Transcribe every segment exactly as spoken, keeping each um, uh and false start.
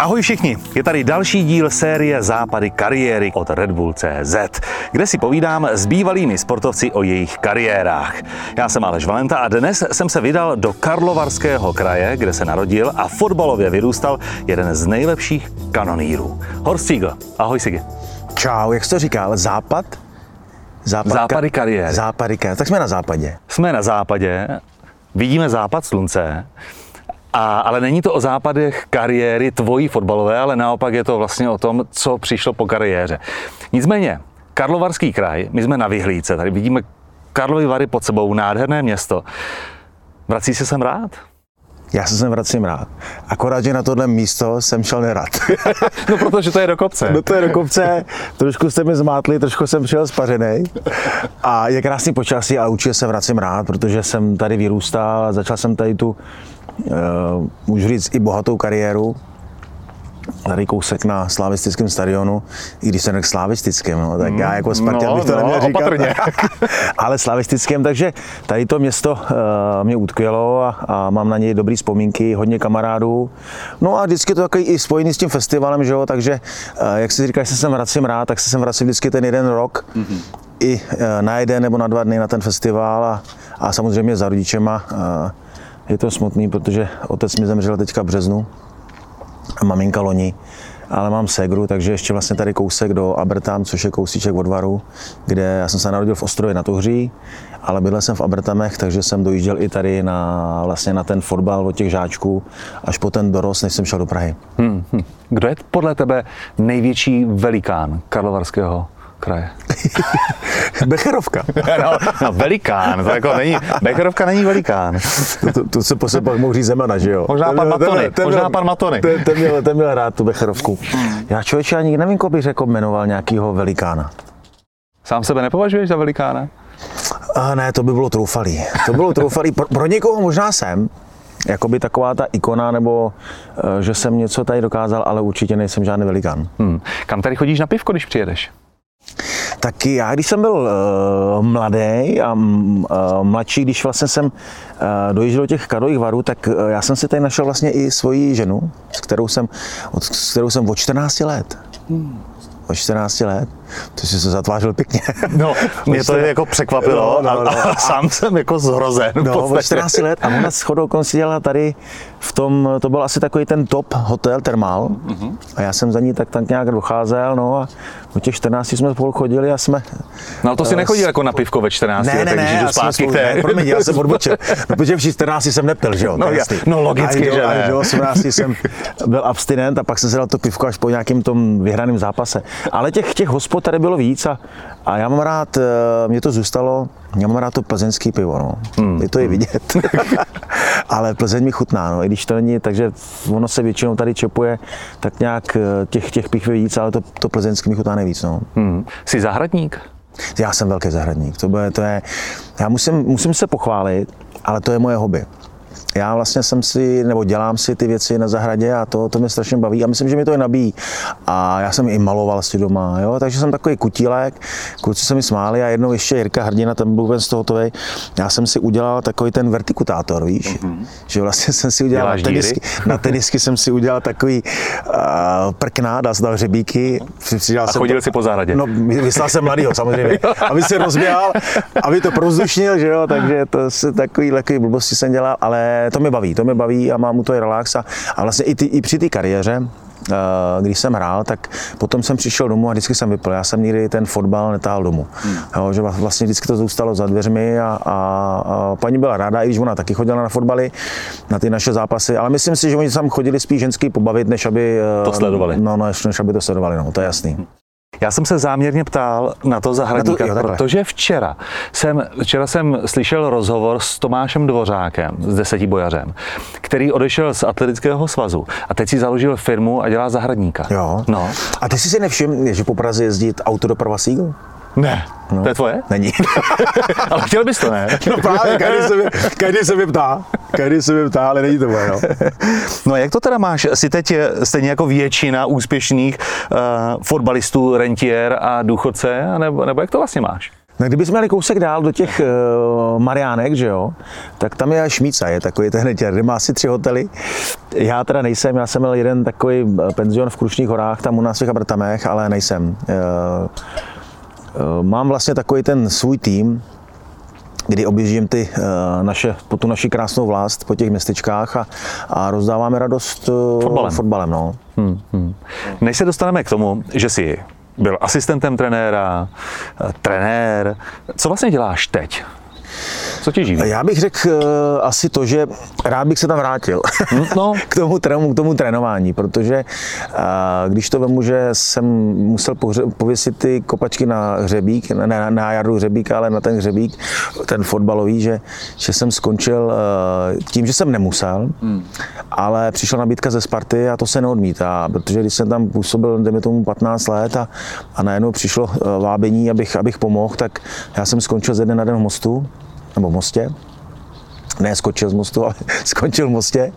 Ahoj všichni, je tady další díl série Západy kariéry od Red Bull tečka cé zet, kde si povídám s bývalými sportovci o jejich kariérách. Já jsem Aleš Valenta a dnes jsem se vydal do Karlovarského kraje, kde se narodil a fotbalově vyrůstal jeden z nejlepších kanonýrů. Horst Siegl, ahoj Sigi. Čau, jak jsi to říkal, západ? Západ Západy kariéry. Západy kariéry, tak jsme na západě. Jsme na západě, vidíme západ slunce. A, ale není to o západech kariéry tvojí fotbalové, ale naopak je to vlastně o tom, co přišlo po kariéře. Nicméně, Karlovarský kraj, my jsme na vyhlídce, tady vidíme Karlovy Vary pod sebou, nádherné město. Vrací se sem rád? Já se sem vracím rád. Akorát, že na tohle místo jsem šel nerad. No, protože to je do kopce. No to je do kopce, trošku jste mi zmátli, trošku jsem přijel spařenej. A je krásný počasí a určitě se vracím rád, protože jsem tady vyrůstal a začal jsem tady tu, uh, můžu říct, i bohatou kariéru. Tady kousek na slavistickém stadionu, i když jsem řekl slavistickém, no, tak já jako Spartan no, bych to no, neměl říkat, opatrně. Ale slavistickém, takže tady to město uh, mě utkvělo a, a mám na něj dobrý vzpomínky, hodně kamarádů. No a vždycky to takový i spojený s tím festivalem, že jo, takže uh, jak si říkáš, že se sem vracím rád, tak se sem vracím vždycky ten jeden rok, mm-hmm. i uh, na jeden nebo na dva dny na ten festival a, a samozřejmě za rodičema. Uh, je to smutný, protože otec mi zemřel teďka v březnu. A maminka loni, ale mám ségru, takže ještě vlastně tady kousek do Abertam, což je kousíček od Varu, kde já jsem se narodil v Ostrově nad Ohří, ale bydlel jsem v Abertamech, takže jsem dojížděl i tady na, vlastně na ten fotbal od těch žáčků, až po ten dorost, než jsem šel do Prahy. Hmm, hm. Kdo je podle tebe největší velikán Karlovarského kraje? Becherovka. No, no, velikán, to jako není, Becherovka není velikán. To, to, to se po sebe mohl říct Zemana, že jo? Možná pan Matony, ten, možná pan Matony. Ten, ten, měl, ten měl rád tu Becherovku. Já člověče ani nevím, koho bych řekl, jmenoval nějakýho velikána. Sám sebe nepovažuješ za velikána? A ne, to by bylo troufalý. To bylo troufalý. Pro, pro někoho možná jsem. Jakoby taková ta ikona, nebo že jsem něco tady dokázal, ale určitě nejsem žádný velikán. Hmm. Kam tady chodíš na pivko, když přijedeš? Taky já, když jsem byl uh, mladý a uh, mladší, když vlastně jsem uh, dojížděl do těch Karlových Varů, tak uh, já jsem si tady našel vlastně i svoji ženu, s kterou jsem, od, s kterou jsem od čtrnácti let. Hmm. Od čtrnácti let. To jsi se zatvářil pěkně. No, mě to jako překvapilo, no, no, no. A, a sám jsem jako zhrozen. No, od čtrnácti let a ona shodou okolností dělala tady v tom, to byl asi takový ten top hotel Thermal mm-hmm. a já jsem za ní tak, tak nějak docházel, no a od těch čtrnácti jsme spolu chodili a jsme... No to si nechodil jako na pivko ve čtrnácti ne, letech, ne, když jdu zpátky k té... Ne, promiň, já jsem odbočil, no, protože v čtrnácti jsem nepil, že jo? No, já, no logicky, a že ne. A do osmnácti jsem byl abstinent a pak jsem si dal to pivko až po nějakým tom vyhraném zápase. Ale těch, těch hospod tady bylo víc a, a já mám rád, mě to zůstalo, já mám rád to plzeňský pivo, no. Hmm. Je to i vidět. Ale Plzeň mi chutná, no, i když to není, takže ono se většinou tady čepuje tak nějak těch, těch piv víc, ale to, to plzeňský mi chutná nejvíc, no. Hmm. Jsi zahradník? Já jsem velký zahradník, to, bude, to je, já musím, musím se pochválit, ale to je moje hobby. Já vlastně jsem si, nebo dělám si ty věci na zahradě a to, to mě strašně baví a myslím, že mi to i nabíjí. A já jsem i maloval si doma, jo, takže jsem takový kutílek, kluci se mi smáli a jednou ještě Jirka Hrdina, ten byl z toho hotovej, já jsem si udělal takový ten vertikutátor, víš, mm-hmm. že vlastně jsem si udělal na tenisky, na tenisky jsem si udělal takový uh, prkná, dal jsem hřebíky. A chodil si po zahradě? No, vyslal jsem mladýho samozřejmě, aby se rozběhal, aby to prozdušnil, že jo, takže to se takový, takový blbosti jsem dělal, ale to mě baví, to mě baví a mám u toho i relax a, a vlastně i, ty, i při té kariéře, když jsem hrál, tak potom jsem přišel domů a vždycky jsem vypil. Já jsem nikdy ten fotbal netáhl domů. Hmm. Jo, že vlastně vždycky to zůstalo za dveřmi a, a, a paní byla ráda, i když ona taky chodila na fotbaly, na ty naše zápasy, ale myslím si, že oni tam chodili spíš ženský pobavit, než aby to sledovali. No, no než, než aby to sledovali, no, to je jasný. Hmm. Já jsem se záměrně ptal na to zahradníka, na to, jo, protože včera jsem, včera jsem slyšel rozhovor s Tomášem Dvořákem, s Desetibojařem, který odešel z Atletického svazu a teď si založil firmu a dělá zahradníka. Jo. No. A ty jsi si nevšiml, že po Praze jezdí autodoprava Siegl? Ne. No. To je tvoje? Není. Ale chtěl bys to, ne? No právě, každý se mě, každý se mě ptá, každý se mě ptá, ale není to moje, no. No a jak to teda máš? Jsi teď stejně jako většina úspěšných uh, fotbalistů, rentier a důchodce, nebo, nebo jak to vlastně máš? No, kdybychom měli kousek dál do těch uh, Mariánek, že jo, tak tam je Šmíca, je takový ten netěr, kde má asi tři hotely. Já teda nejsem, já jsem měl jeden takový penzion v Krušných horách, tam u nás v těch apartamech, ale nejsem. Uh, uh, mám vlastně takový ten svůj tým, kdy objíždím ty uh, naše, po tu naši krásnou vlast, po těch městečkách a, a rozdáváme radost uh, fotbalem. fotbalem no. hmm, hmm. Než se dostaneme k tomu, že jsi byl asistentem trenéra, trenér, co vlastně děláš teď? Co tě živí? Já bych řekl uh, asi to, že rád bych se tam vrátil no. k, tomu, k tomu trénování, protože uh, když to vemu, že jsem musel pohře- pověsit ty kopačky na hřebík, ne na, na jardu hřebíka, ale na ten hřebík, ten fotbalový, že, že jsem skončil uh, tím, že jsem nemusel, hmm. ale přišla nabídka ze Sparty a to se neodmítá, protože když jsem tam působil, dejme tomu patnáct let a, a najednou přišlo uh, vábení, abych, abych pomohl, tak já jsem skončil ze dne na den v Mostu, nebo v Mostě, ne skočil z Mostu, ale skončil v Mostě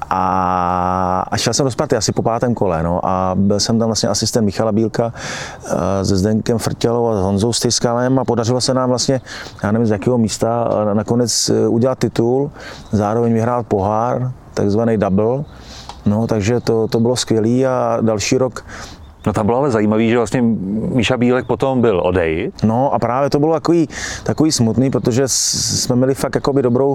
a, a šel jsem do Sparty asi po pátém kole, no, a byl jsem tam vlastně asistent Michala Bílka uh, se Zdenkem Frtělou a Honzou Stejskalem a podařilo se nám vlastně, já nevím z jakého místa, nakonec udělat titul, zároveň vyhrát pohár, takzvaný double, no, takže to, to bylo skvělý a další rok. No tam bylo ale zajímavý, že vlastně Míša Bílek potom byl odejít. No a právě to bylo takový, takový smutný, protože jsme měli fakt jakoby dobrou, uh,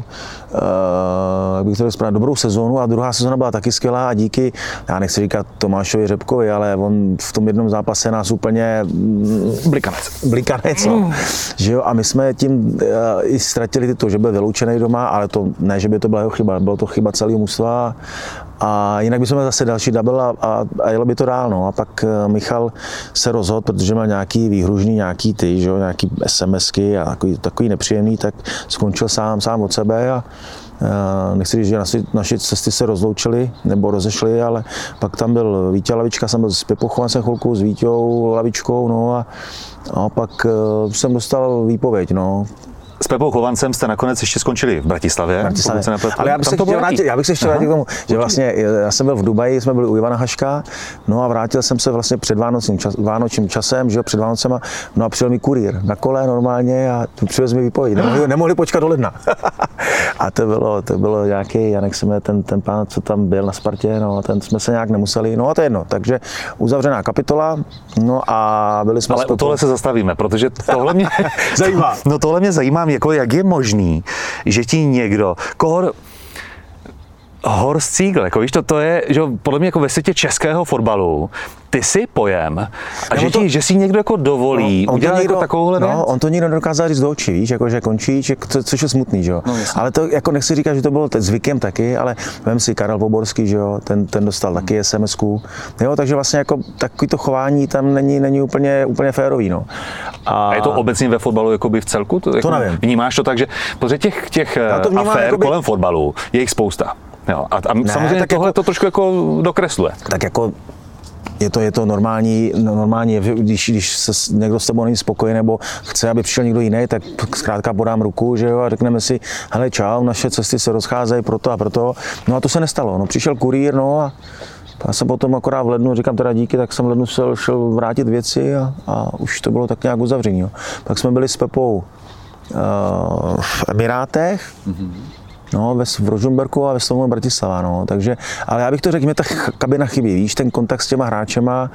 jak bych to řekl, dobrou sezónu a druhá sezóna byla taky skvělá a díky, já nechci říkat Tomášovi Řepkovi, ale on v tom jednom zápase nás úplně blikanec. Blikanec, no. Že jo, a my jsme tím uh, i ztratili to, že byl vyloučený doma, ale to ne, že by to byla jeho chyba, bylo to chyba celého mužstva. A jinak bychom měli zase další double a, a, a jelo by to dál, no. A pak Michal se rozhodl, protože měl nějaký výhružný, nějaký ty, že jo, nějaký SMSky a takový, takový nepříjemný, tak skončil sám, sám od sebe a uh, nechci říct, že naši, naši cesty se rozloučily nebo rozešly, ale pak tam byl Vítě Lavička, jsem byl s Pepou Chovancem chvilku, s Vítěou Lavičkou, no a, a pak uh, jsem dostal výpověď, no. S Pepou Chovancem jste nakonec ještě skončili v Bratislavě. Bratislavě. Ale já bych, se chtěl vrátit, já bych se chtěl vrátit k tomu, že vlastně já jsem byl v Dubaji, jsme byli u Ivana Haška, no a vrátil jsem se vlastně před vánočním, čas, vánočním časem, že jo, před Vánocema, no a přijel mi kurýr na kole normálně a přivez mi výpověď, nemohli, nemohli počkat do ledna. A to bylo, to bylo nějaký, Janek se jmenuje ten, ten pán, co tam byl na Spartě, no a ten jsme se nějak nemuseli, no a to je jedno, takže uzavřená kapitola, no a byli jsme... Ale u tohle se zastavíme, protože tohle mě zajímá. No tohle mě zajímá, jako jak je možný, že ti někdo, kohor, Horst Siegel, jako víš, to, to je, že podle mě jako ve světě českého fotbalu, ty si pojem a že, to, ti, že si někdo jako dovolí no, udělat někdo, jako takovouhle věc. No, on to nikdo nedokázal říct do očí, víš, jako že končí, že, co, což je smutný, že jo. No, ale to jako nechci říkat, že to bylo zvykem taky, ale vem si Karel Poborský, že jo, ten, ten dostal hmm. taky SMSku, jo, takže vlastně jako takový to chování tam není, není úplně, úplně férový, no. A, a je to obecně ve fotbalu jakoby v celku? To, jako, to nevím. Vnímáš to tak, že protože těch, těch afér jakoby... kolem fotbalu je jich spousta. Jo, a, a ne, samozřejmě tohle jako, to trošku jako dokresluje. Tak jako je to, je to normální, normální, když, když se někdo s tebou není spokojený nebo chce, aby přišel někdo jiný, tak zkrátka podám ruku, že jo, a řekneme si, hele čau, naše cesty se rozcházejí proto a proto. No a to se nestalo, no přišel kurýr, no a já jsem potom akorát v lednu, říkám teda díky, tak jsem v lednu šel, šel vrátit věci a, a už to bylo tak nějak uzavření. Jo. Pak jsme byli s Pepou uh, v Emirátech, mm-hmm. No, v Rožmberku a ve Slovenském Bratislava, no, takže, ale já bych to řekl, mě ta kabina chybí, víš, ten kontakt s těma hráčema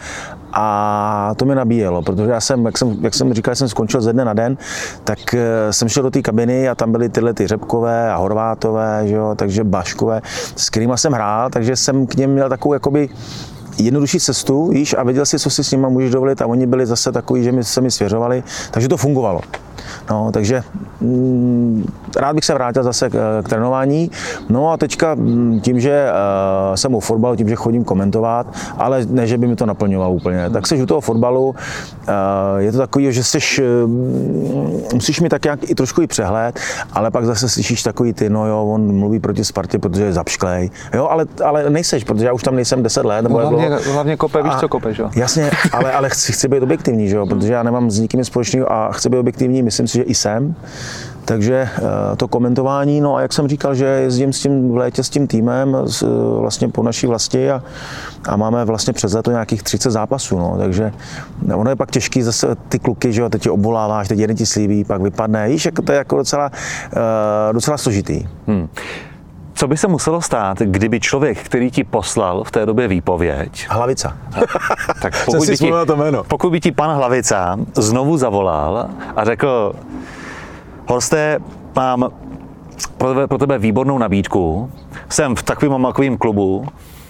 a to mě nabíjelo, protože já jsem, jak jsem, jak jsem říkal, jsem skončil ze dne na den, tak uh, jsem šel do té kabiny a tam byly tyhle ty Řepkové a Horvátové, že jo, takže Baškové, s kterýma jsem hrál, takže jsem k něm měl takovou jakoby jednodušší cestu, víš, a věděl si, co si s nima můžeš dovolit a oni byli zase takový, že mi, se mi svěřovali, takže to fungovalo. No, takže mm, rád bych se vrátil zase k, k trénování. No a teďka tím, že uh, jsem u fotbalu, tím, že chodím komentovat, ale ne, že by mi to naplňovalo úplně. Tak seš u toho fotbalu, uh, je to takový, že seš, uh, musíš mít tak nějak i trošku i přehled, ale pak zase slyšíš takový ty, no jo, on mluví proti Spartě, protože je zapšklej. Jo, ale, ale nejseš, protože já už tam nejsem deset let. Nebo no, hlavně, hlavně kope, víš, co kopeš, jo? Jasně, ale, ale chci, chci být objektivní, že jo, protože já nemám s nikým společného a chci být objektivní, myslím si, že i jsem. takže to komentování, no a jak jsem říkal, že jezdím s tím v létě s tím týmem s, vlastně po naší vlasti a, a máme vlastně přes léto nějakých třicet zápasů, no, takže ono je pak těžký zase ty kluky, že jo, teď tě obvoláváš, teď jeden ti slíbí, pak vypadne, víš, jako to je jako docela, docela složitý. Hmm. Co by se muselo stát, kdyby člověk, který ti poslal v té době výpověď... Hlavica. Tak pokud by, ti, pokud by ti pan Hlavica znovu zavolal a řekl: Horste, mám pro tebe, pro tebe výbornou nabídku, jsem v takovým a makovým klubu,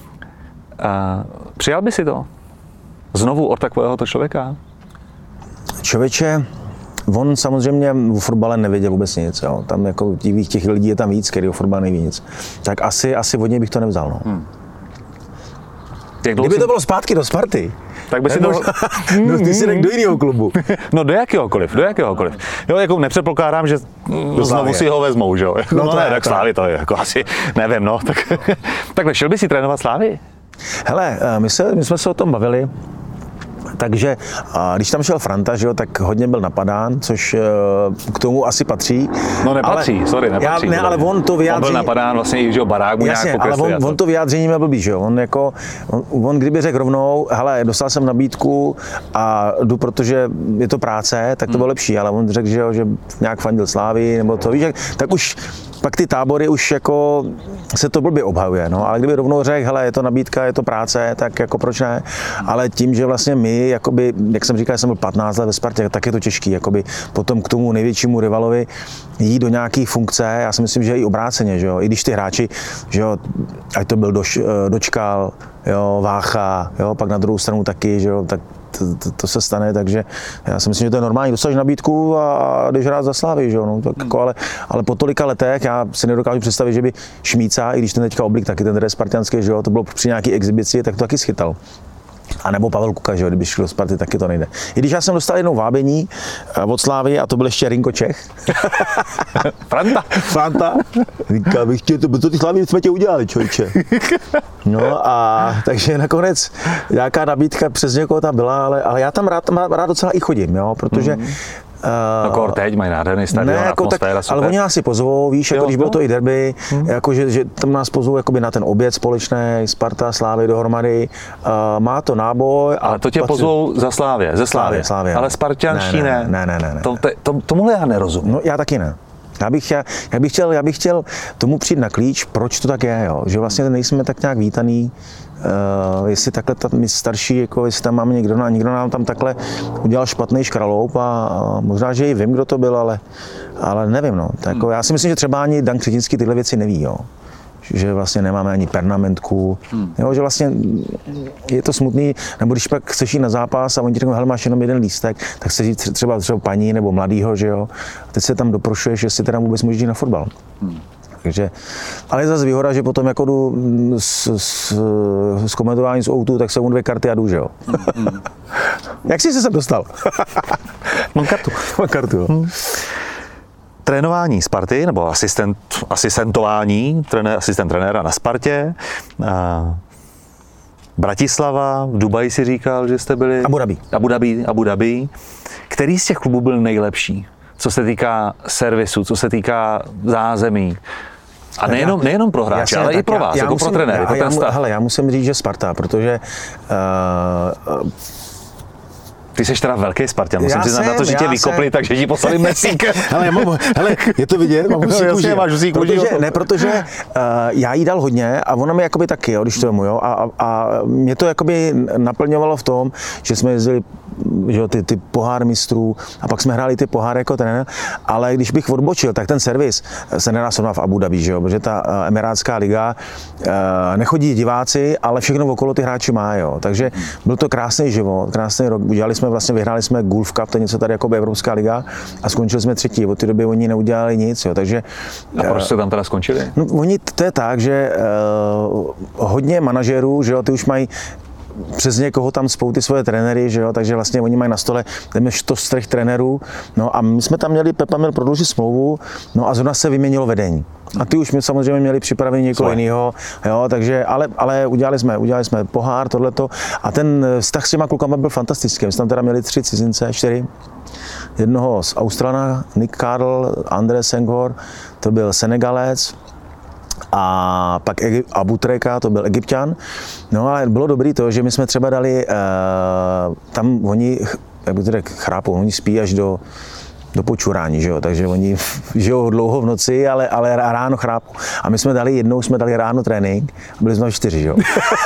a přijal by si to? Znovu od takovéhoto člověka? Člověče, on samozřejmě v fotbale nevěděl vůbec nic, jo. Tam jako těch lidí je tam víc, který o fotbale neví nic. Tak asi, asi od něj bych to nevzal, no. Hmm. Kdyby to bylo zpátky do Sparty, tak by si to... no, ty si jdeš do jiného klubu. No do jakéhokoliv, do jakéhokoliv. Jo, jako nepředpokládám, že znovu si ho vezmou, že jo. No, no to ne, je, tak Slávy to je, jako asi, nevím, no. Tak, takhle, šel by si trénovat Slávy? Hele, my, se, my jsme se o tom bavili. Takže když tam šel Franta, že jo, tak hodně byl napadán, což k tomu asi patří. No nepatří, ale, sorry, nepatří. Já, ne, ale on to vyjádří... On byl napadán vlastně i, že jo, barák mu jasně, nějak pokreslil. Ale on, on to vyjádření měl blbý, že jo. On jako, on, on kdyby řekl rovnou, hele, dostal jsem nabídku a jdu, protože je to práce, tak to bylo hmm. lepší, ale on řekl, že jo, že nějak fandil Slávy, nebo to, víš, tak už pak ty tábory už jako se to blbě obhajuje, no, ale kdyby rovnou řekl, hele, je to nabídka, je to práce, tak jako proč ne, ale tím, že vlastně my, jakoby, jak jsem říkal, jsem byl patnáct let ve Spartě, tak je to těžký, jakoby potom k tomu největšímu rivalovi jít do nějaký funkce, já si myslím, že i obráceně, že jo, i když ty hráči, že jo, ať to byl doš, Dočkal, jo, Vácha, jo, pak na druhou stranu taky, že jo, tak To, to, to se stane, takže já si myslím, že to je normální, dostaneš nabídku a jdeš hrát za Slávy, že jo, no, tak jako, ale, ale po tolika letech já si nedokážu představit, že by Šmíca, i když ten teďka oblik taky ten dres spartianský, že jo, to bylo při nějaký exibici, tak to taky schytal. A nebo Pavel Kuka, že jo, kdyby šel do Sparty, taky to nejde. I když já jsem dostal jednou vábení od Slávy a to byl ještě Rinko Čech. Franta. Franta. Říká, bych chtěl, to, to ty Slávy jsme tě udělali, člověče. No a takže nakonec nějaká nabídka přes někoho tam byla, ale, ale já tam rád, rád docela i chodím, jo, protože mm. No kor teď mají nádherný stadion, ne, jako atmosféra, tak, super. Ale oni nás si pozvou, víš, jako jo, když bylo to i derby, hmm. jako, že, že tam nás pozvou jakoby na ten oběd společný, Sparta, Slávy dohromady, uh, má to náboj. Ale to tě patří... pozvou za Slávě, ze Slávě, Slávě ale Spartianští ne. Ne, ne, ne, ne. To, to, tomuhle já nerozumím. No já taky ne. Já bych, já, já, bych chtěl, já bych chtěl tomu přijít na klíč, proč to tak je, jo? Že vlastně nejsme tak nějak vítaný, uh, jestli takhle tam my starší, jako jestli tam máme někdo, někdo nám tam takhle udělal špatný škraloup a, a možná, že i vím, kdo to byl, ale, ale nevím, no. Tak, jako, já si myslím, že třeba ani Dan Křetínský tyhle věci neví, jo? Že vlastně nemáme ani pernamentku, hmm. jo, že vlastně je to smutný, nebo když pak chceš jít na zápas a oni ti řeknou, hele, máš jenom jeden lístek, tak chceš jít třeba, třeba paní nebo mladýho, že jo, a teď se tam doprošuješ, jestli teda vůbec můžeš jít na fotbal. Hmm. Takže, ale je zase výhoda, že potom jako jdu s, s, s komentováním z Outu, tak jsou dvě karty a jdu, že jo. Hmm. Jak jsi se sem dostal? Mám kartu. Mám kartu, jo. Hmm. Trénování Sparty, nebo asistent, asistentování, trenér, asistent trenéra na Spartě. A Bratislava, v Dubaji si říkal, že jste byli. Abu Dhabi. Abu Dhabi, Abu Dhabi. Který z těch klubů byl nejlepší? Co se týká servisu, co se týká zázemí? A nejenom, nejenom pro hráče, ale i pro vás, já, já jako musím, pro trenéry, pro ten stav. Hele, já musím říct, že Sparta, protože uh, ty jsi teda velký Spartan, musím přiznat na to, že tě vykopli, jsem... takže ti poslali Mesík. hele, já mám, hele, je to vidět, mám husí no, kůži. Máš husí kůži. Protože, ne, protože uh, já jí dal hodně a ona mi jakoby taky, jo, když to jemu, jo, a, a, a mě to jakoby naplňovalo v tom, že jsme jezdili, že ty, ty pohár mistrů a pak jsme hráli ty poháry jako trenér, ale když bych odbočil, tak ten servis se nedá srovnat v Abu Dhabi, že jo, protože ta uh, Emirátská liga uh, nechodí diváci, ale všechno okolo ty hráči má, jo, takže byl to krásný život, krásný rok, udělali jsme vlastně, vyhráli jsme Gulf Cup, to je něco tady jako Evropská liga a skončili jsme třetí, od té doby oni neudělali nic, jo, takže... A proč jste tam teda skončili? No, oni, to je tak, že uh, hodně manažerů, že jo, ty už mají přes někoho tam spou ty svoje trenéry, že jo, takže vlastně oni mají na stole to z třech trenérů, no a my jsme tam měli, Pepa měl prodloužit smlouvu, no a zrovna se vyměnilo vedení. A ty už my samozřejmě měli připravený někoho jiného, jo, takže, ale, ale udělali jsme, udělali jsme pohár, tohleto a ten vztah s těma klukama byl fantastický. My jsme tam teda měli tři cizince, čtyři. jednoho z Australana, Nick Cardle, André Senghor, to byl Senegalec, a pak Abu Treka, to byl Egypťan. No ale bylo dobrý to, že my jsme třeba dali, uh, tam oni, jak bych to řekl, chrápou, oni spí až do, do počurání, že jo? Takže oni žijou dlouho v noci, ale, ale ráno chrápou. A my jsme dali jednou, jsme dali ráno trénink a byli jsme čtyři, že jo?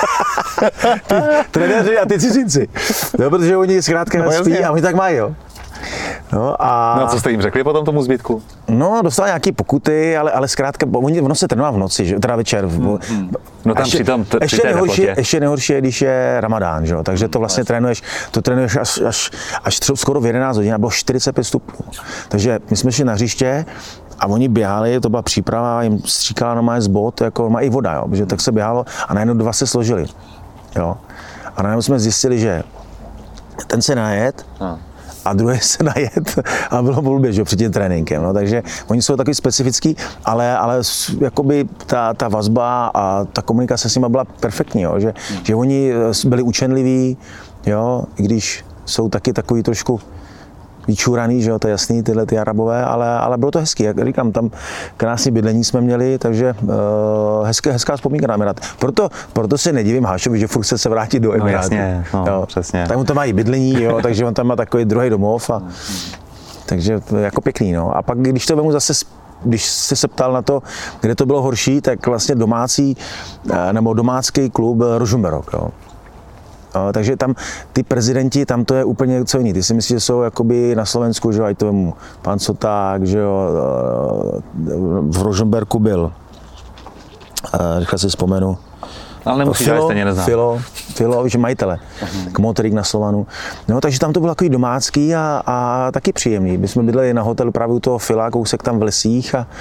Ty trenéři a ty cizinci. No, protože oni zkrátka no, spí a oni tak mají, jo? No a... no a co jste jim řekli potom tomu zbytku? No, dostal nějaký pokuty, ale, ale zkrátka, oni, ono se trénová v noci, že? Teda večer. Hmm, hmm. No tam ještě, při tom, t- ještě, při nejhorší, ještě nejhorší je, když je Ramadán, že? Takže to vlastně trénuješ, to trénuješ až, až, až třeba skoro v jedenáct hodin a bylo čtyřicet pět stupňů. Takže my jsme šli na hřiště a oni běhali, to byla příprava, jim stříkala normálně z bot, jako má i voda, jo? Protože tak se běhalo a najednou dva se složili. Jo? A najednou jsme zjistili, že ten se najet, hmm. a druhý se najet a bylo blbě, že před tím tréninkem, no, takže oni jsou takový specifický, ale, ale jakoby ta, ta vazba a ta komunikace s nimi byla perfektní, jo, že, hmm. že oni byli učenliví, jo, i když jsou taky takový trošku vyčúraný, že jo, to je jasný, tyhle ty Arabové, ale, ale bylo to hezký, jak říkám, tam krásné bydlení jsme měli, takže uh, hezké, hezká vzpomínka na Emirát. Proto, proto se nedivím Hášovi, že furt chce se vrátit do Emirátu. No jasně, no, jo. přesně. Tak on tam má i bydlení, jo, takže on tam má takový druhý domov, a, takže jako pěkný, no. A pak, když to vemu zase, když jsi se ptal na to, kde to bylo horší, tak vlastně domácí, nebo domácký klub Ružomberok, jo. Takže tam ty prezidenti, tam to je úplně něco jiný. Ty si myslíš, že jsou jakoby na Slovensku, že ať to vemu pan Soták, že jo, v Ružomberku byl, rychle si vzpomenu. Ale nemusíš, já stejně neznám. Filo, Filo, že majitele, uh-huh. Kmotrík na Slovanu. No, takže tam to bylo takový domácký a, a taky příjemný. My jsme bydleli na hotelu právě u toho Fila, kousek tam v lesích a,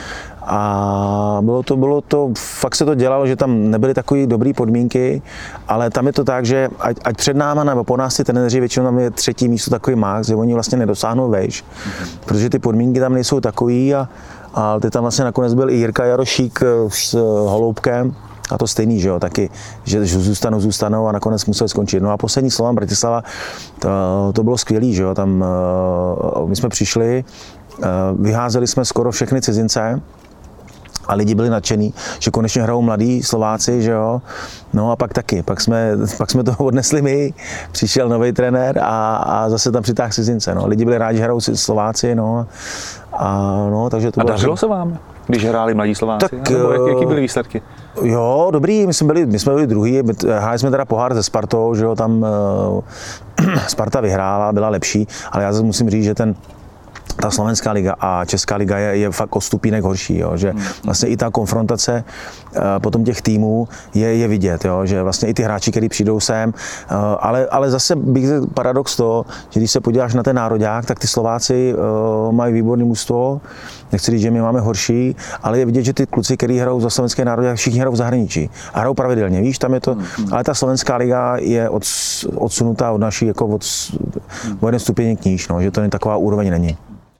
a bylo to, bylo to, fakt se to dělalo, že tam nebyly takové dobré podmínky, ale tam je to tak, že ať, ať před náma nebo po nás ty trenéři, většinou tam je třetí místo takový max, že oni vlastně nedosáhnou vejš, uh-huh. protože ty podmínky tam nejsou takový a, a ty tam vlastně nakonec byl i Jirka Jarošík s Holoubkem. A to stejný, že jo, taky, že, že zůstanou, zůstanou a nakonec museli skončit. No a poslední Slovan Bratislava, to, to bylo skvělý, že jo, tam uh, my jsme přišli, uh, vyházeli jsme skoro všechny cizince a lidi byli nadšení, že konečně hrajou mladí Slováci, že jo, no a pak taky, pak jsme, pak jsme to odnesli my, přišel nový trenér a, a zase tam přitáhl cizince, no, lidi byli rádi, že hrajou Slováci, no, a no, takže to a bylo... A dařilo se vám, když hráli mladí Slováci, tak, nebo jak, jaký byly výsledky? Jo, dobrý, my jsme byli, my jsme byli druhý, hráli jsme teda pohár se Spartou, že jo, tam uh, Sparta vyhrála, byla lepší, ale já zase musím říct, že ten ta slovenská liga a česká liga je, je fakt o stupínek horší, jo, že vlastně i ta konfrontace uh, potom těch týmů je, je vidět, jo, že vlastně i ty hráči, kteří přijdou sem, uh, ale, ale zase bych řekl paradox to, že když se podíváš na ten nároďák, tak ty Slováci uh, mají výborný mužstvo, nechci říct, že my máme horší, ale je vidět, že ty kluci, kteří hrajou za slovenské nároďák, všichni hrajou v zahraničí a hrajou pravidelně, víš, tam je to, ale ta slovenská liga je od, odsunutá od naší, jako od, o jeden stupeň níž, no, že to taková úroveň není.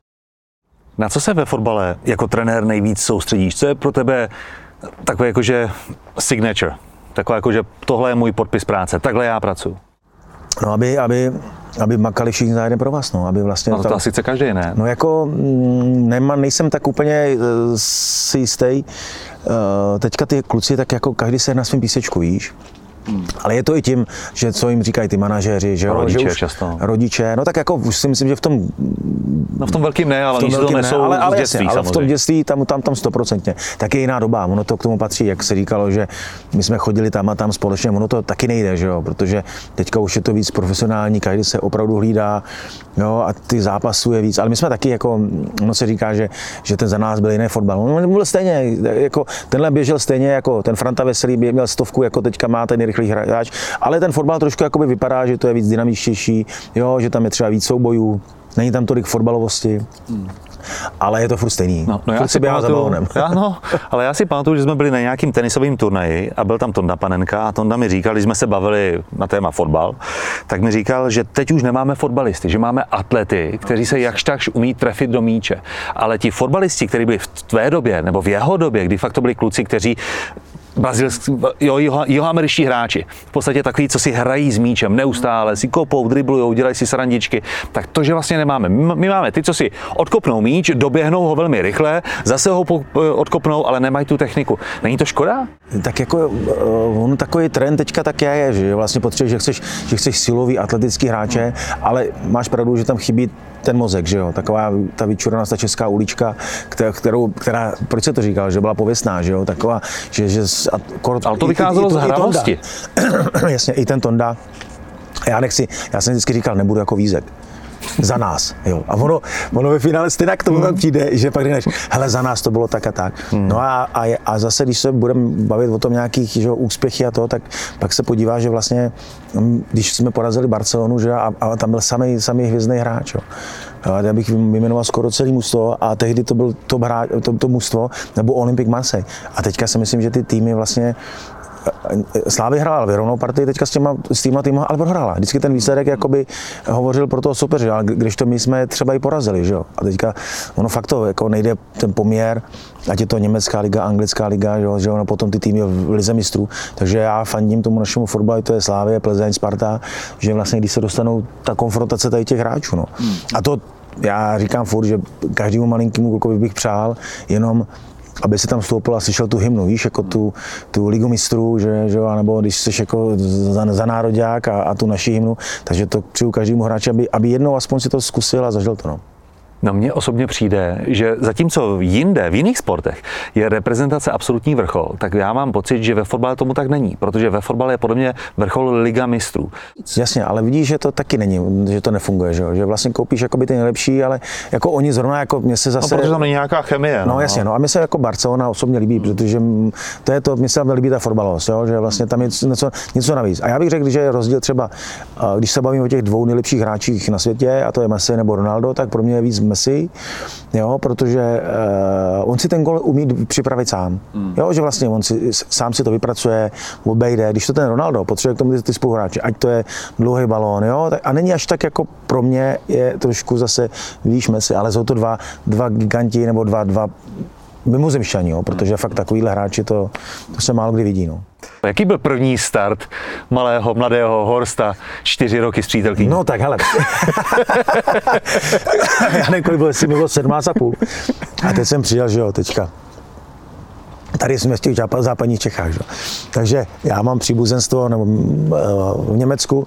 Na co se ve fotbale jako trenér nejvíc soustředíš? Co je pro tebe takové jakože signature? Takové jakože tohle je můj podpis práce, takhle já pracuji. No, aby, aby, aby makali všichni za jeden pro vás, no, aby vlastně... No to, to asi chce každý, ne? No jako nema, nejsem tak úplně si jistý. Teďka ty kluci, tak jako každý se na svém písečku, víš? Hmm. Ale je to i tím, že co jim říkají ty manažeři, že jo? Rodiče že už, často. Rodiče, no tak jako už si myslím, že v tom... No v tom velkým ne, ale oni si to nesou ale, ale z dětství, jasně, ale v tom samozřejmě. dětství tam, tam, tam stoprocentně. Tak je jiná doba, ono to k tomu patří, jak se říkalo, že my jsme chodili tam a tam společně, ono to taky nejde, že jo? Protože teďka už je to víc profesionální, každý se opravdu hlídá, jo? A ty zápasů je víc, ale my jsme taky jako, ono se říká, že, že ten za nás byl jiný fotbal, on byl stejně, jako tenhle běžel stejně, jako ten Franta Veselý měl stovku, jako teďka má ten rychlý hráč, ale ten fotbal trošku jakoby vypadá, že to je víc dynamičtější, jo, že tam je třeba víc soubojů, není tam tolik fotbalovosti, hmm. ale je to furt stejný. No, no já si pamatuju, já, no, ale já si pamatuju, že jsme byli na nějakým tenisovým turnaji a byl tam Tonda Panenka a Tonda mi říkal, když jsme se bavili na téma fotbal, tak mi říkal, že teď už nemáme fotbalisty, že máme atlety, kteří se jakž takž umí trefit do míče. Ale ti fotbalisti, kteří byli v tvé době nebo v jeho době, kdy fakt to byli kluci, kteří brazilský, jo, jiho, jihoameričtí hráči, v podstatě takový, co si hrají s míčem neustále, si kopou, driblujou, dělají si srandičky, tak to, že vlastně nemáme. My máme ty, co si odkopnou míč, doběhnou ho velmi rychle, zase ho odkopnou, ale nemají tu techniku. Není to škoda? Tak jako on takový trend teďka tak je, že vlastně potřebuješ, že chceš, že chceš silový, atletický hráče, ale máš pravdu, že tam chybí ten mozek, že jo, taková ta vyčuraná ta česká ulička, kterou, která, proč se to říkal, že byla pověstná, že jo, taková, že, že a kort, ale to vycházelo z hravosti. Jasně, i ten Tonda. Já nechci, já jsem vždycky říkal, nebudu jako Vízek. Za nás, jo. A ono, ono ve finále stejně k tomu hmm. přijde, že pak jdeš, hele, za nás to bylo tak a tak. Hmm. No a, a, a zase, když se budeme bavit o tom nějakých že, úspěchy a to, tak pak se podívá, že vlastně, když jsme porazili Barcelonu, že, a, a tam byl samý, samý hvězdný hráč, jo. Já bych vyjmenoval skoro celý mužstvo a tehdy to byl to, hráč, to, to mužstvo, nebo Olympique Marseille. A teďka si myslím, že ty týmy vlastně Slávy hrála vyrovnou partii, teďka s těma, s týma týma, ale prohrála. Vždycky ten výsledek jakoby hovořil pro toho soupeře, ale když to my jsme třeba i porazili, že jo. A teďka ono fakt to jako nejde ten poměr, ať je to německá liga, anglická liga, že jo, že ono potom ty týmy v lize mistrů. Takže já fandím tomu našemu fotbalu, to je Slávie, Plzeň, Sparta, že vlastně když se dostanou ta konfrontace tady těch hráčů, no. A to já říkám furt, že každému malinkému klukovi bych přál, jenom aby si tam vstoupil a slyšel tu hymnu, víš, jako tu, tu ligu mistrů, že, že nebo když jsi jako za, za nároďák a, a tu naši hymnu, takže to přeju každému hráči, aby, aby jednou aspoň si to zkusil a zažil to, no. No mně osobně přijde, že zatímco jinde, v jiných sportech je reprezentace absolutní vrchol, tak já mám pocit, že ve fotbale tomu tak není, protože ve fotbale je podle mě vrchol Liga mistrů. Jasně, ale vidíš, že to taky není, že to nefunguje, že, že vlastně koupíš jakoby ty nejlepší, ale jako oni zrovna, jako mě se zase... No, protože tam není nějaká chemie. No, no jasně, no a mi se jako Barcelona osobně líbí, protože to je to, mně se tam líbí ta fotbalovost, jo, že vlastně tam je něco, něco navíc. A já bych řekl, že je rozdíl třeba, když se bavím o těch dvou nejlepších hráčích na světě, a to je Messi nebo Ronaldo, tak pro mě je víc Messi, jo, protože uh, on si ten gol umí připravit sám. Mm. Jo, že vlastně on si sám si to vypracuje, obejde. Když to ten Ronaldo potřebuje k tomu ty, ty spoluhráči, ať to je dlouhý balón, jo, tak, a není až tak jako pro mě je trošku zase víš Messi, ale jsou to dva, dva giganti nebo dva, dva mimozemšťani, jo, protože fakt takovýhle hráči to, to se málo kdy vidí, no. Jaký byl první start malého, mladého Horsta, čtyři roky s přítelkyní? No tak hele, já nevím, kolik bylo, jestli mi bylo sedmnáct a půl. A teď jsem přijel, že jo, teďka. Tady jsme v těch západních Čechách, že? Takže já mám příbuzenstvo nebo, v Německu,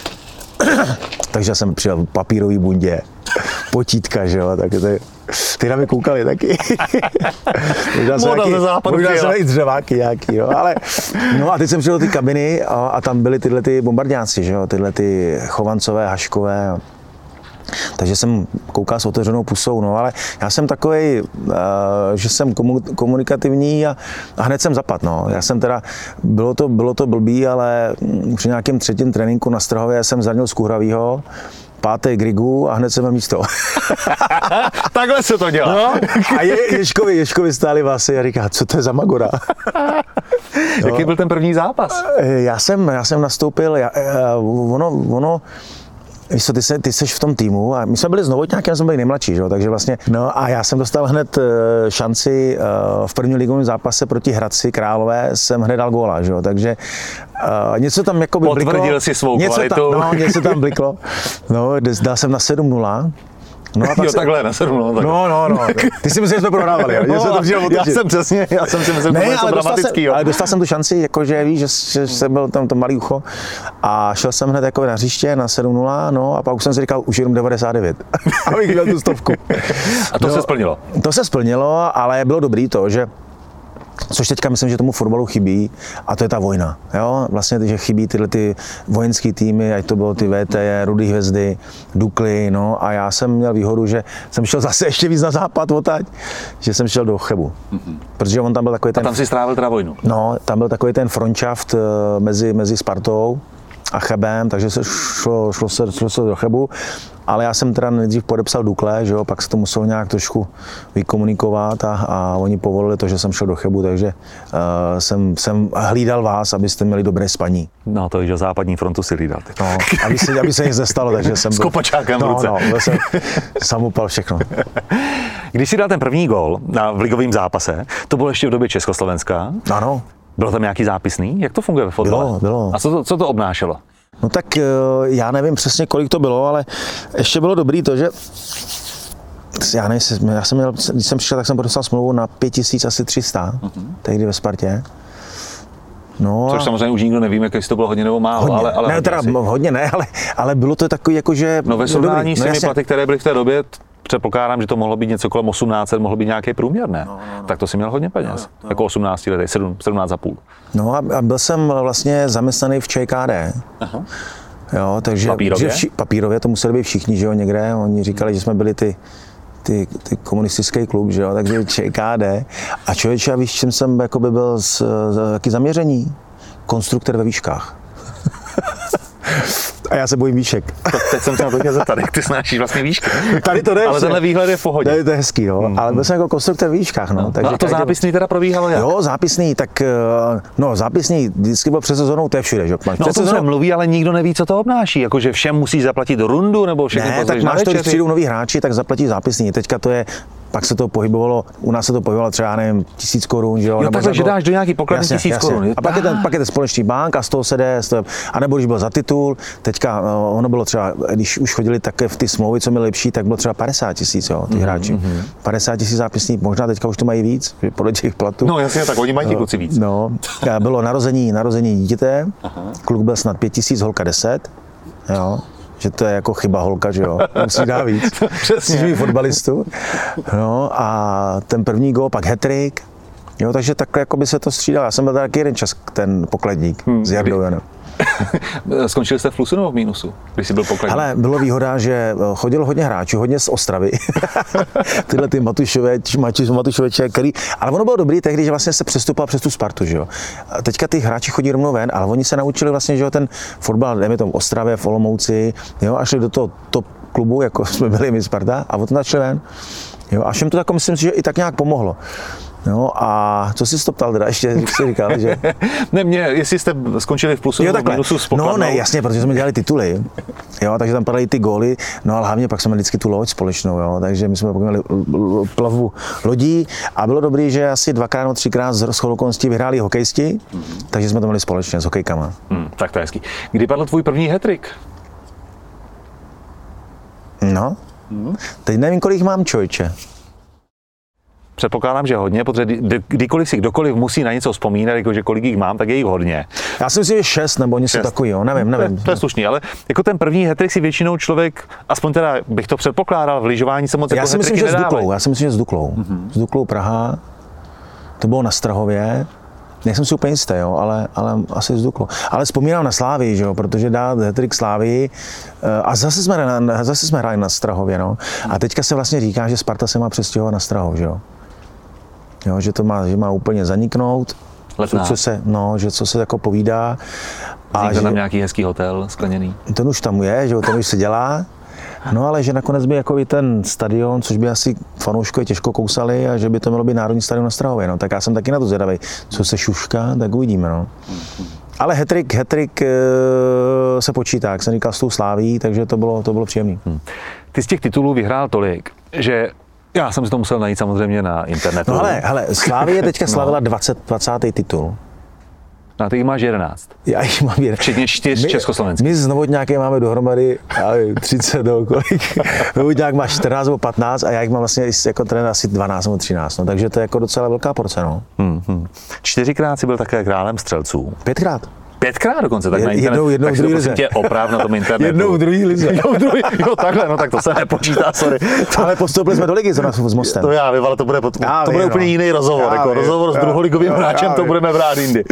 takže jsem přijel v papírový bundě, potítka, že jo, tak to je, ty na mě koukali taky. možná se Moda ze západu možná se i dřeváky nějaký, jo, ale no a teď jsem přijel do ty kabiny a, a tam byly tyhle ty bombardáci, že jo, tyhle ty Chovancové, Haškové. Takže jsem koukal s otevřenou pusou, no ale já jsem takovej, uh, že jsem komunikativní a, a hned jsem zapad, no. Já jsem teda, bylo to, bylo to blbý, ale při nějakém třetím tréninku na Strhově jsem zranil z Kuhravýho, pátý Grigu a hned jsem měl místo. Takhle se to dělá. No, a je, Ježkovi, Ježkovi stáli vlasy a říká, co to je za magora? Jaký no. byl ten první zápas? Já jsem, já jsem nastoupil, já, ono, ono, víš co, ty, se, ty seš v tom týmu a my jsme byli s Novotňákem, jsme byli nejmladší, že? Takže vlastně, no a já jsem dostal hned šanci v prvním ligovém zápase proti Hradci Králové, jsem hned dal góla, že? Takže uh, něco tam jako by bliklo. Potvrdil si svou něco kvalitu. Tam, no, něco tam bliklo. No, dal jsem na sedm nula. No a jo, se... takhle, na sedm nula. No, no, no. Ty si myslíš, že jsme prohrávali, jo? No, já jsem přesně, já jsem si myslel, že to je dramatický, jo. Ale dostal jsem tu šanci, jakože víš, že, že jsem byl tam to malý ucho a šel jsem hned jako na hřiště na sedm nula, no a pak už jsem si říkal, už jenom devadesát devět, abych měl tu stovku. A to no, se splnilo? To se splnilo, ale bylo dobrý to, že což teďka myslím, že tomu fotbalu chybí, a to je ta vojna. Jo? Vlastně, že chybí tyhle ty vojenské týmy, ať to bylo ty V T J, Rudý hvězdy, Dukly, no a já jsem měl výhodu, že jsem šel zase ještě víc na západ odtaď, že jsem šel do Chebu. Mm-hmm. Protože on tam byl takový ten... A tam si strávil teda vojnu? No, tam byl takový ten frontschaft mezi, mezi Spartou a Chebem, takže se šlo, šlo, se, šlo se do Chebu. Ale já jsem teda nejdřív podepsal Dukle, že jo, pak se to muselo nějak trošku vykomunikovat a, a oni povolili to, že jsem šel do Chebu, takže uh, jsem, jsem hlídal vás, abyste měli dobré spaní. No to, že západní frontu si hlídal. No, aby se, aby se nic nestalo, takže jsem byl... S kopačákem v ruce. No, no, jsem sam upal všechno. Když si dal ten první gól na v ligovém zápase, to bylo ještě v době Československa. Ano. Bylo tam nějaký zápisný? Jak to funguje ve fotbale? Bylo, bylo. A co to, co to obnášelo? No tak já nevím přesně, kolik to bylo, ale ještě bylo dobrý to, že já nevím, já jsem měl, když jsem přišel, tak jsem podepsal smlouvu na pět tisíc asi tři sta, uh-huh. tehdy ve Spartě. No což a... samozřejmě už nikdo nevím, jestli to bylo hodně nebo málo, hodně. ale, ale ne, teda asi. hodně ne, ale, ale bylo to takový jako, že... No ve srovnání no, s těmi no, platy, které byly v té době, předpokládám, že to mohlo být něco kolem osmnáct set, mohlo být nějaký průměr, ne? No, no, no. Tak to si měl hodně peněz, no, jako osmnáct letý, sedmnáct a půl. No a, a byl jsem vlastně zaměstnaný v ČKD. Aha. Jo, takže... Papírově? Že vši, papírově to museli být všichni, že jo, někde. Oni říkali, že jsme byli ty Ty, ty komunistický klub, že jo, takže ČKD. A člověče, a víš, čím jsem jakoby byl z, z, jaký zaměření? Konstruktor ve výškách. A já se bojím výšek. To, teď jsem se na to chtěl zeptat, jak ty snášíš vlastně výšky. Tady to jde. Ale tenhle výhled je v pohodě. Tady to je hezký, no. Hmm. Ale byl jsem jako konstruktor ve výškách, no. no. Takže no a to každý... zápisný teda probíhalo jak? Jo, zápisný, tak no zápisný, vždycky byl před sezónou, to je všude, že? Máš no o tom se mluví, ale nikdo neví, co to obnáší, jakože všem musí zaplatit rundu, nebo všechny ne, tak máš to, když přijdou noví hráči, tak zaplatí zápisný. Teďka to je, pak se to pohybovalo, u nás se to pohybovalo třeba, nevím, tisíc korun, že jo? Jo, takhle, že dáš do nějaký pokladny tisíc korun. A pak je, ten, pak je ten společný bank a z toho se jde, a nebo když byl za titul, teďka ono bylo třeba, když už chodili také v ty smlouvy, co měli lepší, tak bylo třeba padesát tisíc, jo, ty mm-hmm. hráči. padesát tisíc zápisných, možná teďka už to mají víc, podle těch platů. No jasně, tak oni mají ti kluci víc. No, bylo narození, narození dítěte, aha. Kluk byl snad pět tisíc, holka deset, jo. Že to je jako chyba holka, že jo, musí dát víc. Přesně. Fotbalistu. No a ten první gól, pak hat-trick. Jo, takže takhle jako by se to střídalo. Já jsem byl taky jeden čas ten pokladník hmm. s Jardou Janem. Skončili jste v plusu nebo v mínusu, když jsi byl pokladník? Ale bylo výhoda, že chodilo hodně hráčů, hodně z Ostravy. Tyhle ty Matušovič, Matušoviče, který... Ale ono bylo dobrý tehdy, že vlastně se přestupoval přes tu Spartu, že jo. A teďka ty hráči chodí rovnou ven, ale oni se naučili vlastně, že jo, ten fotbal, dejme tomu v Ostravě, v Olomouci, jo, a šli do toho top klubu, jako jsme byli my Sparta, a potom začali ven. Jo, a všem to tako, myslím si, že i tak nějak pomohlo. No a co jsi to ptal teda ještě, jak jsi říkal, že... Ne, mě, jestli jste skončili v plusu nebo v minusu s pokladnou. No ne, jasně, protože jsme dělali tituly, jo, takže tam padaly ty góly, no ale hlavně pak jsme měli vždycky tu loď společnou, jo, takže my jsme pak měli plavbu lodí a bylo dobrý, že asi dvakrát nebo třikrát z shodou okolností vyhráli hokejisti, mm. takže jsme to měli společně s hokejkama. Mm, tak to je hezký. Kdy padl tvůj první hat-trick? No, mm. teď nevím, kolik mám, člověče. Předpokládám, že hodně, protože kdykoliv si kdokoliv musí na něco vzpomínat, jako že kolik jich mám, tak je jich hodně. Já si myslím, že šest nebo něco takového, nevím, nevím. To je slušný, ale jako ten první hat-trick si většinou člověk, aspoň teda bych to předpokládal, v lyžování se moc já jako si myslím, že nedávají. s Duklou, já si myslím, že s Duklou. Mm-hmm. S Duklou Praha, to bylo na Strahově. Nejsem si úplně jistý, jo, ale, ale asi s Duklou. Ale vzpomínám na Slávii, že jo, protože dát hat-trick Slávii a zase jsme, na, zase jsme hráli na Strahově, no. A teďka se vlastně říká, že Sparta se má přestěhovat na Strahov, že jo. Jo, že to má, že má úplně zaniknout, co se, no, že co se jako povídá. A že tam nějaký hezký hotel skleněný. Ten už tam je, že ten už se dělá, no ale že nakonec by jako i ten stadion, což by asi fanouškové těžko kousali a že by to mělo být národní stadion na Strahově, no, tak já jsem taky na to zvědavý, co se šušká, tak uvidíme, no. Ale hat-trick, hat-trick se počítá, jak jsem říkal, s tou Sláví, takže to bylo, to bylo příjemné. Hmm. Ty z těch titulů vyhrál tolik, že já jsem si to musel najít samozřejmě na internetu. No hele, hele, Slavie teďka slavila no. dvacet, dvacátý titul. No a ty jich máš jedenáct. Já jich mám jedenáct. Včetně čtyř československých. My s Novotňákem máme dohromady třicet nebo kolik. Novotňák má čtrnáct nebo patnáct a já jich mám vlastně jako trenér asi dvanáct nebo třináct. No, takže to je jako docela velká porce. No. Hmm, hmm. Čtyřikrát jsi byl také králem střelců. Pětkrát. Pětkrát dokonce, tak je, na internetu. Jednou, jednou tak v druhý lize. Tě oprav na tom internetu. Jednou v druhý lize. Jednou v druhý, jo takhle, no tak to se nepočítá, sorry. Ale postoupili jsme do ligy s Mostem. To já vím, ale to bude, to, to já bude vím, úplně no. jiný rozhovor, já jako vím, rozhovor já, s druholigovým hráčem, to budeme brát jindy.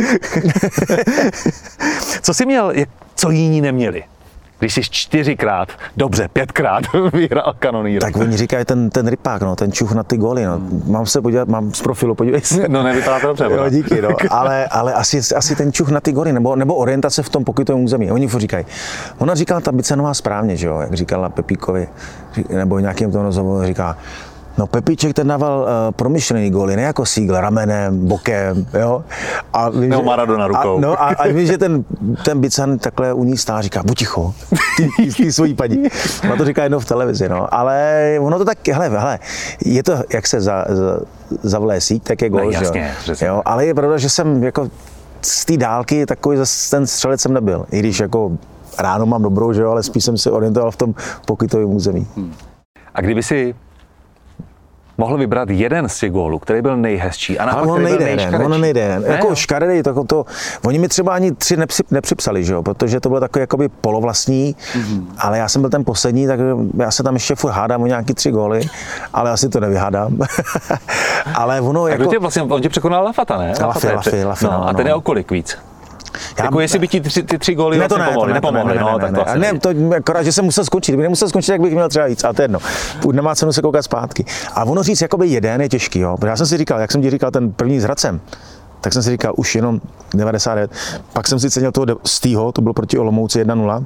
Co jsi měl, co jiní neměli? Když jsi čtyřikrát, dobře, pětkrát vyhrál kanonýr. Tak oni říkají ten, ten rypák, no, ten čuch na ty góly, no. Mám se podívat, mám z profilu, podívej se. No nevypadá to dobře. Jo, díky, no. Ale, ale asi, asi ten čuch na ty góly, nebo, nebo orientace v tom pokytovém území. Oni furt říkají. Ona říkala ta Bicenová správně, že jo, jak říkala Pepíkovi, nebo nějakým tom rozhovoru říká, no Pepíček ten dával uh, promyšlený góly, ne jako Siegel, ramenem, bokem, jo. A vím, nebo že, Maradona rukou. A, no a, a vím, že ten, ten Bican takhle u ní stál, říká, buď ticho, ty, ty, ty svojí paní. Ona to říká jednou v televizi, no. Ale ono to tak, hele, hele, je to, jak se za, za, zavlé síť, tak je gól, ne, jasně, jo. jo. Ale je pravda, že jsem jako z té dálky takový zase ten střelec jsem nebyl, i když jako ráno mám dobrou, že jo, ale spíš jsem se orientoval v tom pokytovém území. Hmm. A kdyby si mohl vybrat jeden z těch gólů, který byl nejhezčí a naopak, který nejde, byl nejškaredší. Ono nejde, ne, jako škaredej, to, to, oni mi třeba ani tři nepři, nepřipsali, že jo, protože to bylo takový jakoby polovlastní, mm-hmm. ale já jsem byl ten poslední, tak já se tam ještě furt hádám o nějaký tři góly, ale asi to nevyhádám. Ale ono a jako... kdo tě vlastně, on tě překonal Lafata, ne? Lafy, Lafy, Lafy, no, a ten je o kolik víc? Já, jako jestli by ti tři, ty tři góly ne, to vlastně ne, pomohly, to ne, nepomohly, ne, no, ne, tak ne, to ne, ne, to akorát, že jsem musel skončit, kdyby nemusel skončit, tak bych měl třeba víc, a to je jedno. Nemá cenu se koukat zpátky. A ono říct, jakoby jeden je těžký, jo, protože já jsem si říkal, jak jsem ti říkal ten první s Hradcem, tak jsem si říkal, už jenom devadesát devět, pak jsem si cenil toho Stýho, to bylo proti Olomouci jedna nula.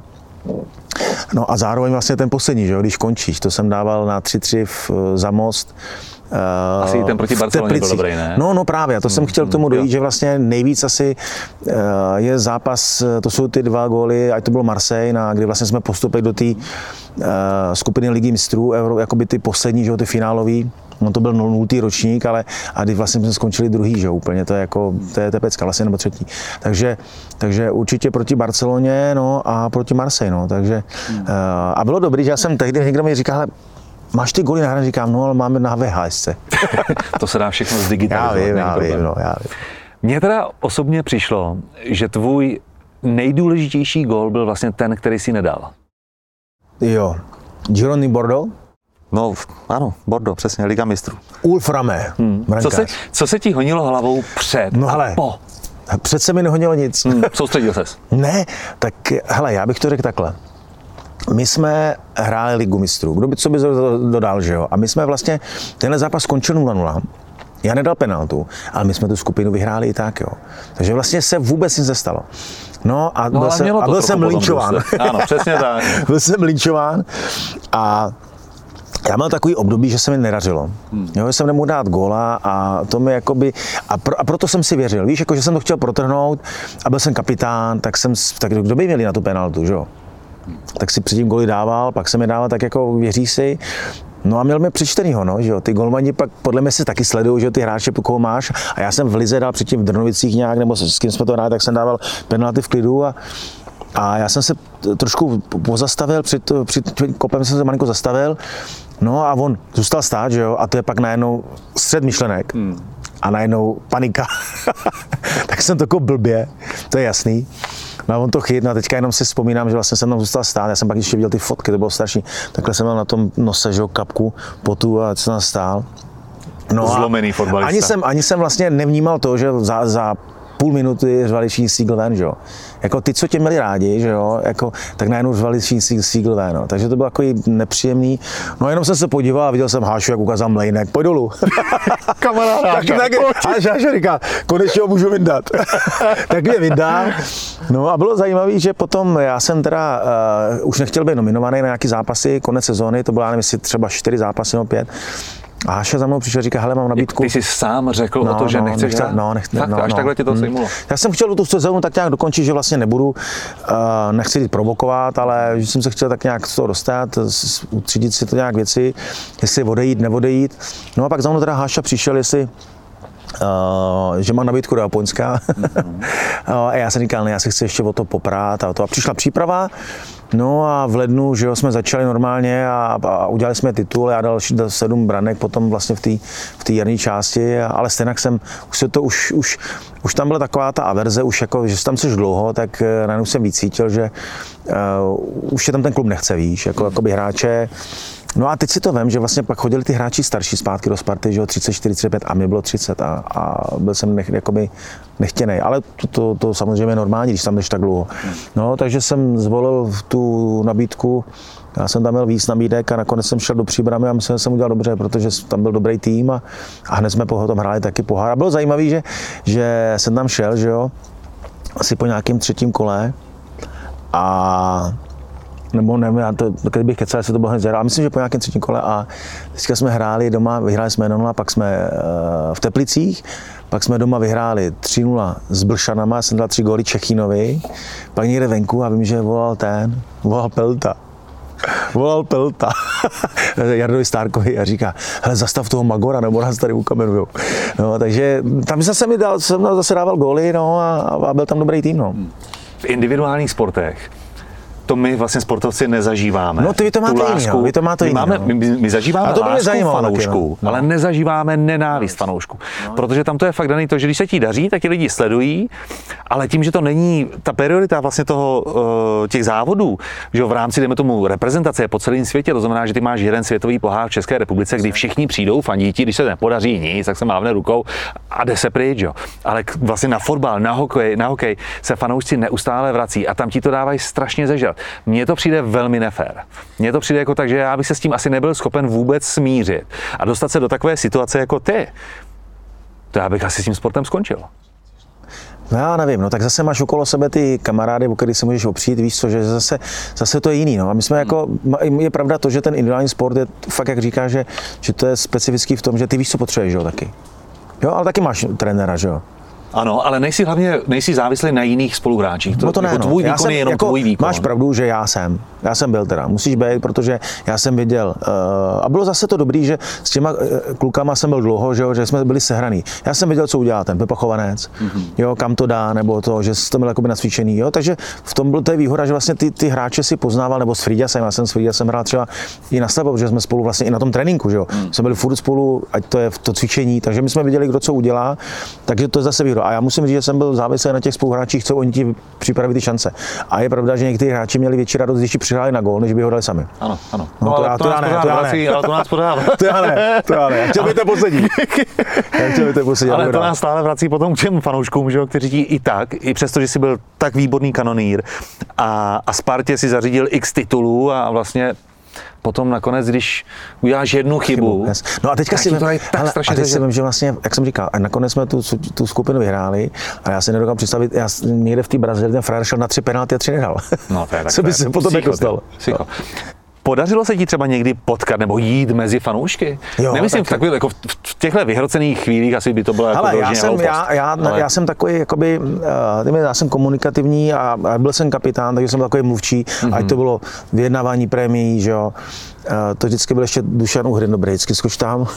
No a zároveň vlastně ten poslední, že jo, když končíš, to jsem dával na tři tři v, za Most. Asi ten proti Barceloně byl dobrý, ne? No, no právě, a to hmm, jsem chtěl k tomu dojít, jo. Že vlastně nejvíc asi uh, je zápas, to jsou ty dva góly, ať to bylo Marseille, a kdy vlastně jsme postupili do té uh, skupiny Ligy mistrů, Euro, jakoby ty poslední, že jo, ty finálový. No to byl nultý ročník, ale a když vlastně jsme skončili druhý, že úplně, to je jako, to je tepecka vlastně, nebo třetí. Takže, takže určitě proti Barceloně, no a proti Marseille, no, takže hmm. uh, a bylo dobrý, že já jsem tehdy, někdo mi říkal, hele, máš ty góly na hraně, říkám, no ale máme na V H S. To se dá všechno zdigitalizovat. Já vím, já vím, no, já vím. Mně teda osobně přišlo, že tvůj nejdůležitější gól byl vlastně ten, který si nedal. Jo, Girondin Bordeaux? No, ano, Bordeaux, přesně, Liga mistrů. Ulf Rame, hmm. co, se, co se ti honilo hlavou před no, a hele, po? Před se mi nehonilo nic. Hmm. Soustředil ses? Ne, tak hele, já bych to řekl takhle. My jsme hráli Ligu mistrů, kdo by co by dodal, že jo? A my jsme vlastně, tenhle zápas skončil nula nula. Já nedal penaltu, ale my jsme tu skupinu vyhráli i tak, jo. Takže vlastně se vůbec nic nestalo. No a no, byl, jsem, a byl jsem linčován. Ano, přesně tak. Byl jsem linčován a já měl takový období, že se mi nedařilo. Hmm. Jo, že jsem nemohl dát góla a to mi jakoby, a, pro, a proto jsem si věřil, víš, jako že jsem to chtěl protrhnout a byl jsem kapitán, tak jsem, tak kdo by měli na tu penaltu, že jo? Tak si předtím góly dával, pak jsem je dával tak jako věří si. No a měl mě přečtenýho, no, že jo, ty golmani pak podle mě se taky sledují, že jo, ty hráče, koho máš, a já jsem v lize dal předtím v Drnovicích nějak, nebo s kým jsme to hráli, tak jsem dával penalty v klidu a a já jsem se trošku pozastavil, před, před kopem jsem se malinko zastavil, no a on zůstal stát, že jo, a to je pak najednou střed myšlenek hmm. a najednou panika. Tak jsem to blbě, to je jasný. No a on to chyt, no a teďka jenom si vzpomínám, že vlastně jsem tam zůstal stát, já jsem pak ještě viděl ty fotky, to bylo strašný. Takhle jsem měl na tom nose, že jo, kapku, potu a jsem tam stál. No zlomený fotbalista. Ani jsem, ani jsem vlastně nevnímal to, že za, za půl minuty řvali všichni Siegel ven, že jo. Jako ty, co tě měli rádi, že jo, jako, tak najednou řvali všichni Siegel ven, no. Takže to bylo takový nepříjemný. No jenom jsem se podíval a viděl jsem Hášu, jak ukázal Mlejnek, pojď dolů. Kamarád tak, tak, Háša, Háša říká, konečně ho můžu vyndat. Tak mě vyndal. No a bylo zajímavé, že potom já jsem teda uh, už nechtěl být nominovaný na nějaký zápasy, konec sezóny, to bylo, já nevím, jestli třeba čtyři zápasy nebo pět. A Háša za mnou přišel a říká, hele, mám nabídku. Ty jsi sám řekl no, o to, že no, nechceš nechce, no, nechce, Fakt, no, až no. takhle tě to sejmulo. Já jsem chtěl tu sezónu tak nějak dokončit, že vlastně nebudu, uh, nechci jít provokovat, ale že jsem se chtěl tak nějak z toho dostat, utřídit si to nějak věci, jestli odejít, neodejít. No a pak za mnou teda Háša přišel, jestli Uh, že mám nabídku do Japonska. Mm-hmm. A já jsem říkal, ne, já si chci ještě o to poprát a to. A přišla příprava, no a v lednu, že jo, jsme začali normálně a, a udělali jsme titul, já dal sedm branek potom vlastně v té v té jarní části, ale stejně jsem, už se to, už, už, už tam byla taková ta averze, už jako, že tam seš dlouho, tak najednou jsem víc cítil, že uh, už je tam ten klub nechce, víš, jako, jakoby hráče. No a teď si to vem, že vlastně pak chodili ty hráči starší zpátky do Sparty, že jo, třicet čtyři, třicet pět a mě bylo třicet a, a byl jsem nech, jakoby nechtěnej, ale to, to, to samozřejmě je normální, když tam jdeš tak dlouho. No, takže jsem zvolil tu nabídku, já jsem tam měl víc nabídek a nakonec jsem šel do Příbramy a myslím, že jsem udělal dobře, protože tam byl dobrý tým a, a hned jsme potom hráli taky pohár. A bylo zajímavé, že, že jsem tam šel, že jo, asi po nějakém třetím kole a nebo nevím, já to, když bych kecal, se to bylo hned zero, ale myslím, že po nějakém třetím kole a teďka jsme hráli doma, vyhráli jsme jedna nula, pak jsme uh, v Teplicích, pak jsme doma vyhráli tři nula s Blšanama, jsem dal tři góly Čechínovi, pak někde venku a vím, že volal ten, volal Pelta. volal Pelta Jardovi Stárkovi a říká, hele, zastav toho Magora, nebo nás tady ukamenujou. No, takže tam zase mi dal, jsem zase dával góly, no, a, a byl tam dobrý tým, no. V individuálních sportech to my vlastně sportovci nezažíváme. No to vy to máte jiný, no. Vy to máte my, jiný, máme, no. my, my zažíváme to lásku fanoušků, no. ale nezažíváme nenávist fanoušků. No. Protože tam to je fakt daný to, že když se ti daří, tak ti lidi sledují, ale tím, že to není ta periodita vlastně toho, těch závodů, že v rámci, dejme tomu, reprezentace po celém světě, to znamená, že ty máš jeden světový pohár v České republice, kdy všichni přijdou, fandíti, když se nepodaří nic, tak se mávne rukou a jde se pryč, jo. Ale vlastně na fotbal, na hokej, na hokej se fanoušci neustále vrací a tam ti to dávají strašně zežrat. Mně to přijde velmi nefér. Mně to přijde jako tak, že já bych se s tím asi nebyl schopen vůbec smířit a dostat se do takové situace jako ty. To já bych asi s tím sportem skončil. No já nevím, no tak zase máš okolo sebe ty kamarády, o který si můžeš opřít, víš co, že zase, zase to je jiný, no a my jsme jako, je pravda to, že ten individuální sport je fakt, jak říkáš, že, že to je specifický v tom, že ty víš, co potřebuješ, jo, taky. Jo, ale taky máš trenéra, že jo. Ano, ale nejsi hlavně nejsi závislý na jiných spoluhráčích. To, no to ne, jako no. Tvůj Já výkon jsem, je jenom jako, tvůj výkon. Máš pravdu, že já jsem. Já jsem byl teda. Musíš být, protože já jsem viděl. Uh, a bylo zase to dobrý, že s těma uh, klukama jsem byl dlouho, že, jo, že jsme byli sehraný. Já jsem viděl, co udělá ten Pepa Chovanec, mm-hmm. jo, kam to dá, nebo to, že jsem byl jakoby nacvičený. Jo, takže v tom byl to je výhoda, že vlastně ty, ty hráče si poznával, nebo s Frýďasem, já jsem s Frýďasem hrál třeba i na slepo, protože jsme spolu vlastně i na tom tréninku, že jo. Mm. Jsme byli furt spolu, ať to je v to cvičení, takže my jsme viděli, kdo co udělá, takže to je zase výhoda. A já musím říct, že jsem byl závislý na těch spoluhráčích, co oni ti připraví ty šance. A je pravda, že někteří hráči měli větší radost, když ti přihráli na gól, než by ho dali sami. Ano, ano. No, no, to, já, to, já ne, to já ne, ale to nás podává. To já ne, to já ne. Já chtěl být poslední. Já chtěl být poslední. Ale to nás stále vrací potom k těm fanouškům, že jo, kteří ti i tak, i přesto, že jsi byl tak výborný kanonýr a, a Spartě si zařídil x titulů a vlastně potom nakonec, když uděláš jednu chybu, chybu yes. No a teďka si vím, ale, a teď si vím, že vlastně, jak jsem říkal, a nakonec jsme tu, tu skupinu vyhráli a já si nedokážu představit, já někde v té Brazílii ten frajer šel na tři penalty a tři nedal. No to je tak. Co by se potom nedostal? Podařilo se ti třeba někdy potkat nebo jít mezi fanoušky? Jo, Nemyslím tak... v takových, jako v těchto vyhrocených chvílích asi by to bylo jako ale já jsem, já, já, ale... já jsem takový, jakoby, uh, já jsem komunikativní a, a byl jsem kapitán, takže jsem takový mluvčí, mm-hmm. ať to bylo vyjednávání prémií, že jo. Uh, to vždycky byl ještě Dušan Uhrin, dobrý, vždycky skoč tam.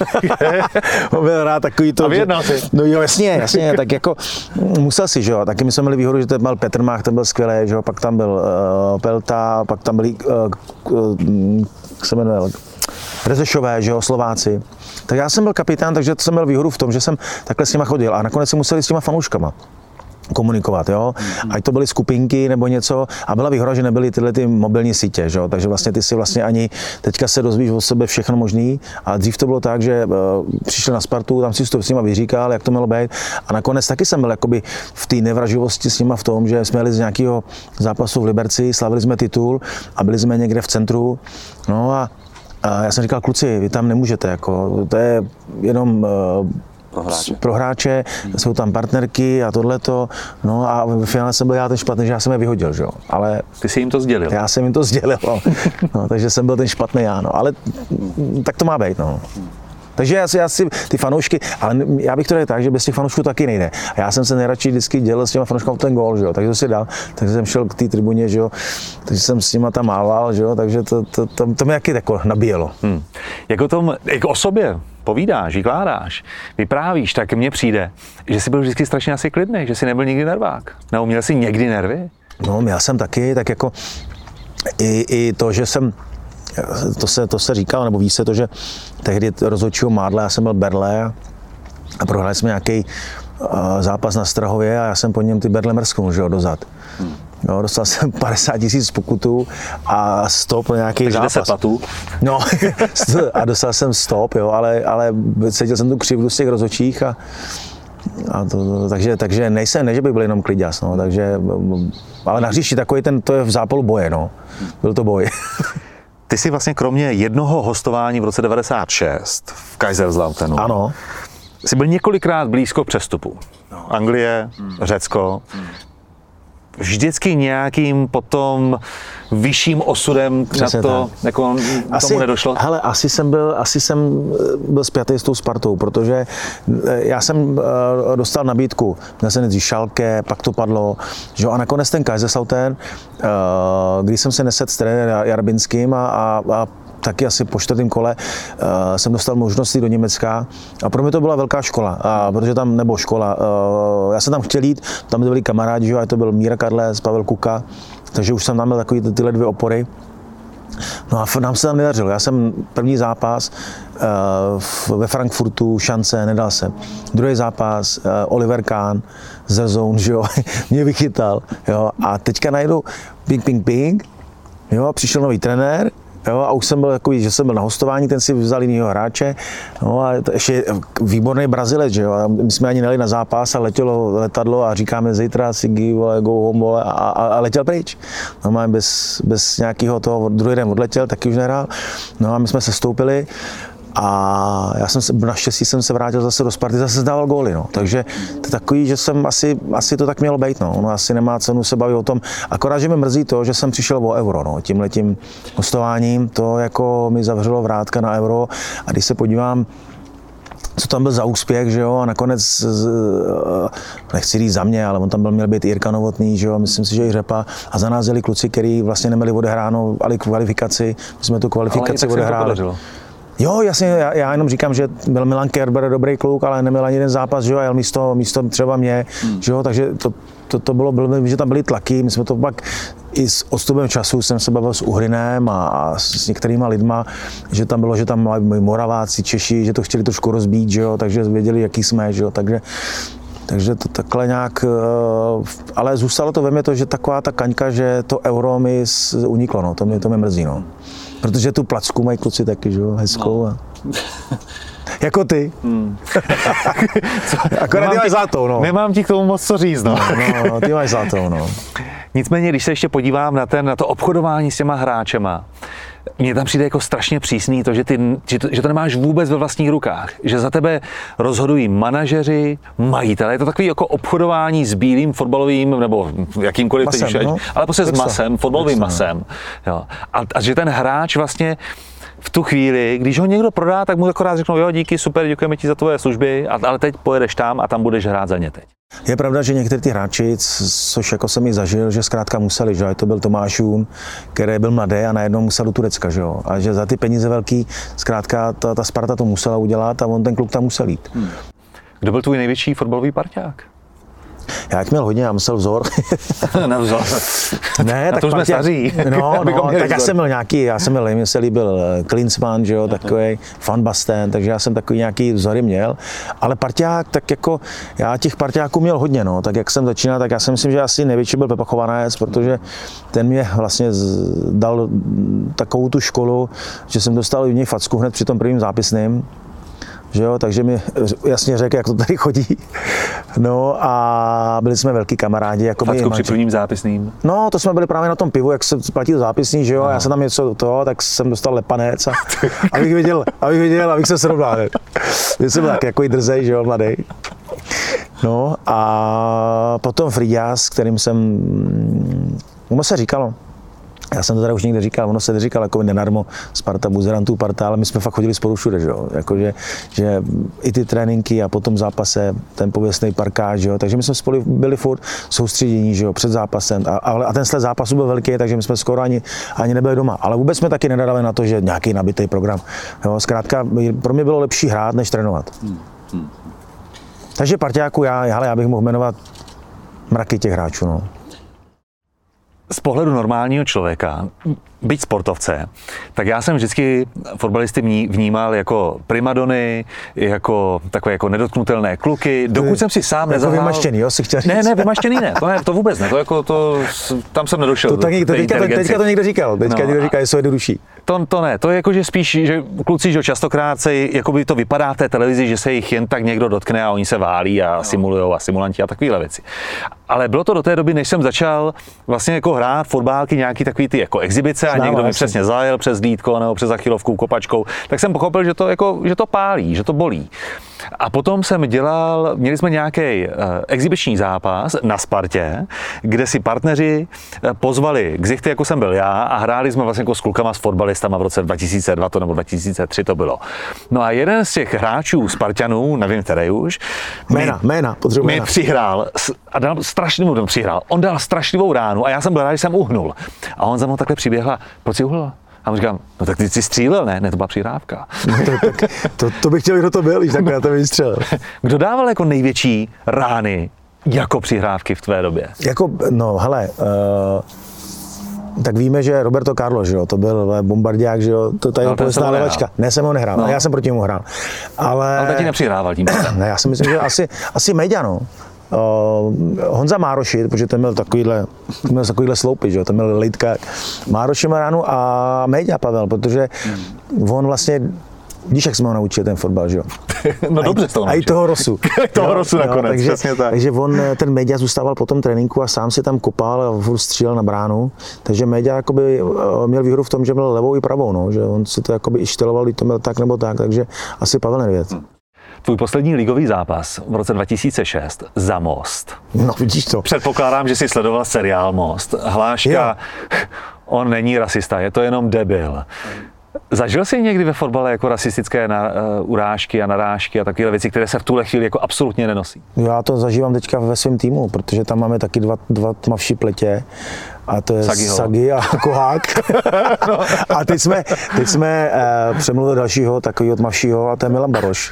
On byl rád takový to, a vyjednal si. No jo, jasně, jasně, tak jako musel si, že jo, taky my jsme měli výhodu, že to byl Petr Mách, ten byl skvělý, že jo, pak tam byl uh, Pelta, pak tam byli, uh, uh, jak se jmenuje, Rezešové, že jo, Slováci. Tak já jsem byl kapitán, takže jsem měl výhodu v tom, že jsem takhle s nima chodil a nakonec jsem musel s těma fanouškama komunikovat, jo. Mm-hmm. Ať to byly skupinky nebo něco a byla výhoda, že nebyly tyhle ty mobilní sítě, že jo. Takže vlastně ty si vlastně ani teďka se dozvíš o sebe všechno možný a dřív to bylo tak, že uh, přišli na Spartu, tam si to s nima vyříkal, jak to mělo být a nakonec taky jsem byl jakoby v té nevraživosti s nima v tom, že jsme jeli z nějakého zápasu v Liberci, slavili jsme titul a byli jsme někde v centru, no a, a já jsem říkal, kluci, vy tam nemůžete, jako, to je jenom uh, pro hráče. pro hráče, hmm. jsou tam partnerky a tohleto, no a v finále jsem byl já ten špatný, že já jsem je vyhodil, že jo, ale... Ty jsi jim to sdělil. Já jsem jim to sdělil, no. No, takže jsem byl ten špatný já, no, ale tak to má být, no. Takže já si, já si ty fanoušky, ale já bych to řekl tak, že bez těch fanoušků taky nejde. A já jsem se nejradši vždycky dělil s těma fanouškama ten gól, že jo, takže to si dal, takže jsem šel k té tribuně, že jo, takže jsem s nima tam mával, že jo, takže to, to, to, to mě taky jako nabíjelo. Hmm. Jak o tom, jak o sobě povídáš, vykládáš, vyprávíš, tak mně přijde, že jsi byl vždycky strašně asi klidný, že jsi nebyl nikdy nervák. Nebo měl jsi někdy nervy? No, měl jsem taky, tak jako i, i to, že jsem To se, to se říkalo, nebo ví se to, že tehdy rozhodčího Mádla, já jsem byl berle a, a prohráli jsme nějaký uh, zápas na Strahově a já jsem po něm ty berle mrsknul, že jo, dozad. Hmm. No, dostal jsem padesát tisíc pokutu a stop na nějaký zápas. deset platů. No, a dostal jsem stop, jo, ale, ale cítil jsem tu křivdu z těch rozhodčích a, a to, to, takže, takže nejsem, ne, že by byl jenom kliďas, no, takže, ale na hřišti takový ten, to je v zápalu boje, no, byl to boj. Ty jsi vlastně kromě jednoho hostování v roce devadesát šest v Kaiserslautenu. Ano. Jsi byl několikrát blízko k přestupu. Anglie, hmm. Řecko. Hmm. vždycky nějakým potom vyšším osudem Přesně na to, tak. jako asi, tomu nedošlo? Hele, asi jsem byl, asi jsem byl spjatý s tou Spartou, protože já jsem dostal nabídku, měl jsem nejdřív Schalke, pak to padlo, že? A nakonec ten Kaiserslautern, když jsem se nesedl s trenérem Jarbinským a, a, a taky asi po čtvrtém kole uh, jsem dostal možnost jít do Německa a pro mě to byla velká škola, a protože tam, nebo škola, uh, já jsem tam chtěl jít, tam byli kamarádi, že? A to byl Míra Karles, Pavel Kuka, takže už jsem tam měl takový tyhle dvě opory. No a nám se tam nedařilo. Já jsem první zápas uh, ve Frankfurtu, šance, nedal jsem. Druhý zápas, uh, Oliver Kahn, Zerzone, že jo, mě vychytal, jo, a teďka najdu ping, ping, ping, jo, přišel nový trenér, jo, a už jsem byl takový, že jsem byl na hostování, ten si vzal jinýho hráče, no a to ještě výborný Brazilec, že jo, a my jsme ani nejeli na zápas a letělo letadlo a říkáme zítra Sigi, vole, go home, vole, a, a, a letěl pryč. No máme bez, bez nějakého toho, druhý den odletěl, taky už nehrál, no a my jsme se stoupili. A já jsem se, naštěstí jsem se vrátil zase do Sparty, zase zdával góly, no. Takže to je takový, že jsem asi, asi to tak mělo být, no. Ono asi nemá cenu se bavit o tom. Akorát, že mi mrzí to, že jsem přišel o euro, no. Tímhletím hostováním, to jako mi zavřelo vrátka na euro. A když se podívám, co tam byl za úspěch, že jo, a nakonec, nechci říct za mě, ale on tam byl, měl být Jirka Novotný, že jo, myslím si, že i Řepa, a za nás jeli kluci, kteří vlastně neměli odehráno, ale kvalifikaci, my jsme tu kvalifikaci odehráli. Jo, jasně, já, já jenom říkám, že byl Milan Kerber dobrý kluk, ale neměl ani jeden zápas, že jo, a jel místo, místo třeba mě, hmm. že jo, takže to, to, to bylo, bylo, že tam byly tlaky, my jsme to pak i s odstupem času jsem se bavil s Uhrynem a, a s některýma lidma, že tam bylo, že tam mají Moraváci, Češi, že to chtěli trošku rozbít, že jo, takže věděli, jaký jsme, že jo, takže Takže to takhle nějak, ale zůstalo to ve mně to, že taková ta kaňka, že to euro mi uniklo, no, to mě, to mě mrzí, no. Protože tu placku mají kluci taky, že jo, hezkou. No. Jako ty. Hmm. Akorát ty máš zlatou, no. Nemám ti k tomu moc co říct, no. No, no ty máš zlatou, no. Nicméně, když se ještě podívám na, ten, na to obchodování s těma hráčema, mně tam přijde jako strašně přísný to, že, ty, že, to, že to nemáš vůbec ve vlastních rukách. Že za tebe rozhodují manažeři, majitelé. Je to takový jako obchodování s bílým fotbalovým nebo jakýmkoliv, masem, teď, no? Ale prostě s masem, fotbalovým masem. Jo. A, a že ten hráč vlastně v tu chvíli, když ho někdo prodá, tak mu akorát řeknou, jo, díky, super, děkujeme ti za tvoje služby, ale teď pojedeš tam a tam budeš hrát za ně teď. Je pravda, že někteří ty hráči, což jako jsem ji zažil, že zkrátka museli, že to byl Tomáš Jun, který byl mladý a najednou musel do Turecka, že jo. A že za ty peníze velký, zkrátka ta, ta Sparta to musela udělat a on ten kluk tam musel jít. Hmm. Kdo byl tvůj největší fotbalový parťák? Já jak měl hodně, já musel vzor. Na vzor. Ne, tak to jsme staří. No, no tak já jsem byl nějaký, já jsem byl, mně se líbil Klinsmann, že jo, takový Van Basten, takže já jsem takový nějaký vzory měl. Ale parťák, tak jako, já těch parťáků měl hodně, no, tak jak jsem začínal, tak já si myslím, že asi největší byl Pepa Chovanec, protože ten mě vlastně dal takovou tu školu, že jsem dostal u něj facku hned při tom prvním zápisným. Že jo, takže mi jasně řekl, jak to tady chodí. No a byli jsme velký kamarádi. Jako Facku při prvním zápisným? No, to jsme byli právě na tom pivu, jak se platil zápisní, že jo, a já jsem tam něco toho, tak jsem dostal lepanec a abych viděl, abych viděl, abych se srovnal. Já jsem byl tak jako drzej, že jo, mladý. No a potom Friďas, s kterým jsem, ono se říkalo, já jsem to tady už někde říkal, ono se neříkal jako nenarmo Sparta, Buzerantů, Parta, ale my jsme fakt chodili spolu všude, že jo, jakože, že i ty tréninky a potom v zápase ten pověstný parkáž, že jo, takže my jsme spolu byli furt soustředění, že jo, před zápasem a, a ten sled zápasu byl velký, takže my jsme skoro ani, ani nebyli doma, ale vůbec jsme taky nedali na to, že nějaký nabitý program, jo, zkrátka pro mě bylo lepší hrát, než trénovat. Hmm. Hmm. Takže parťáku já, hele, já bych mohl jmenovat mraky těch hráčů, no. Z pohledu normálního člověka, byť sportovce, tak já jsem vždycky fotbalisty vnímal jako primadony, jako takové jako nedotknutelné kluky, dokud jsem si sám nezahrál. Jako vymaštěný, jo, si chtěl říct. Ne, ne, vymaštěný ne, to ne, to vůbec ne, to jako to, tam jsem nedošel. To, tak, to teďka, to, teďka to někdo říkal, teďka no, někdo říkal, že jsou jednodušší. To, to ne, to je jako, že spíš, že kluci, že častokrát se, jako by to vypadá v té televizi, že se jich jen tak někdo dotkne a oni se válí a simulujou a simulanti a takovéhle věci. Ale bylo to do té doby, než jsem začal vlastně jako hrát fotbálky, nějaký takový ty jako exibice a někdo mi přesně zajel přes lítko nebo přes achilovku kopačkou, tak jsem pochopil, že to, jako, že to pálí, že to bolí. A potom jsem dělal, měli jsme nějaký uh, exibiční zápas na Spartě, kde si partneři uh, pozvali ksichty, jako jsem byl já, a hráli jsme vlastně jako s klukama, s fotbalistama v roce dva tisíce dva to, nebo dva tisíce tři to bylo. No a jeden z těch hráčů Spartanů, nevím, který už, Jména, jména, potřebuji mi jména. přihrál a dal strašlivou, no, přihrál. On dal strašlivou ránu a já jsem byl rád, že jsem uhnul. A on za mnou takhle přiběhla, proč jsi uhnul? A mu říkám, no tak ty jsi střílel, ne? Ne, to byla přihrávka. No to, tak, to, to bych chtěl, kdo to byl, když takhle já to vystřelil. Kdo dával jako největší rány jako přihrávky v tvé době? Jako, no hele, uh, tak víme, že Roberto Carlos, že jo, to byl bombardiák, že jo, to tady no, pověstná levačka. Ne, jsem ho nehrál, no. Já jsem proti němu hrál. Ale... Ale taky nepřihrával tím. Ne, já si myslím, že asi, asi Meďa, no. Uh, Honza Mároši, protože ten měl takovýhle, ten měl takovýhle sloupy, že jo, ten měl lidka. Mároši má ránu a Meďa Pavel, protože hmm. on vlastně, víš, jak jsme ho naučili ten fotbal, že jo? No dobře to naučil. A i toho Rosu. toho Rosu nakonec, takže, přesně tak. Takže on, ten Meďa zůstával po tom tréninku a sám si tam kopal a furt střílel na bránu. Takže Meďa jakoby měl výhodu v tom, že měl levou i pravou, no, že on si to jakoby i šteloval, když to měl tak nebo tak, takže asi Pavel Nedvěd. Hmm. Tvůj poslední ligový zápas v roce dva tisíce šest za Most. No vidíš to. Předpokládám, že jsi sledoval seriál Most. Hláška, jo. On není rasista, je to jenom debil. Zažil jsi někdy ve fotbale jako rasistické na, uh, urážky a narážky a takové věci, které se v tuhle chvíli jako absolutně nenosí? Já to zažívám teďka ve svém týmu, protože tam máme taky dva, dva tmavší pletě. A to je Sagiho. Sagi a Kohák. No. A teď jsme, teď jsme uh, přemluvili dalšího takového tmavšího a to je Milan Baroš.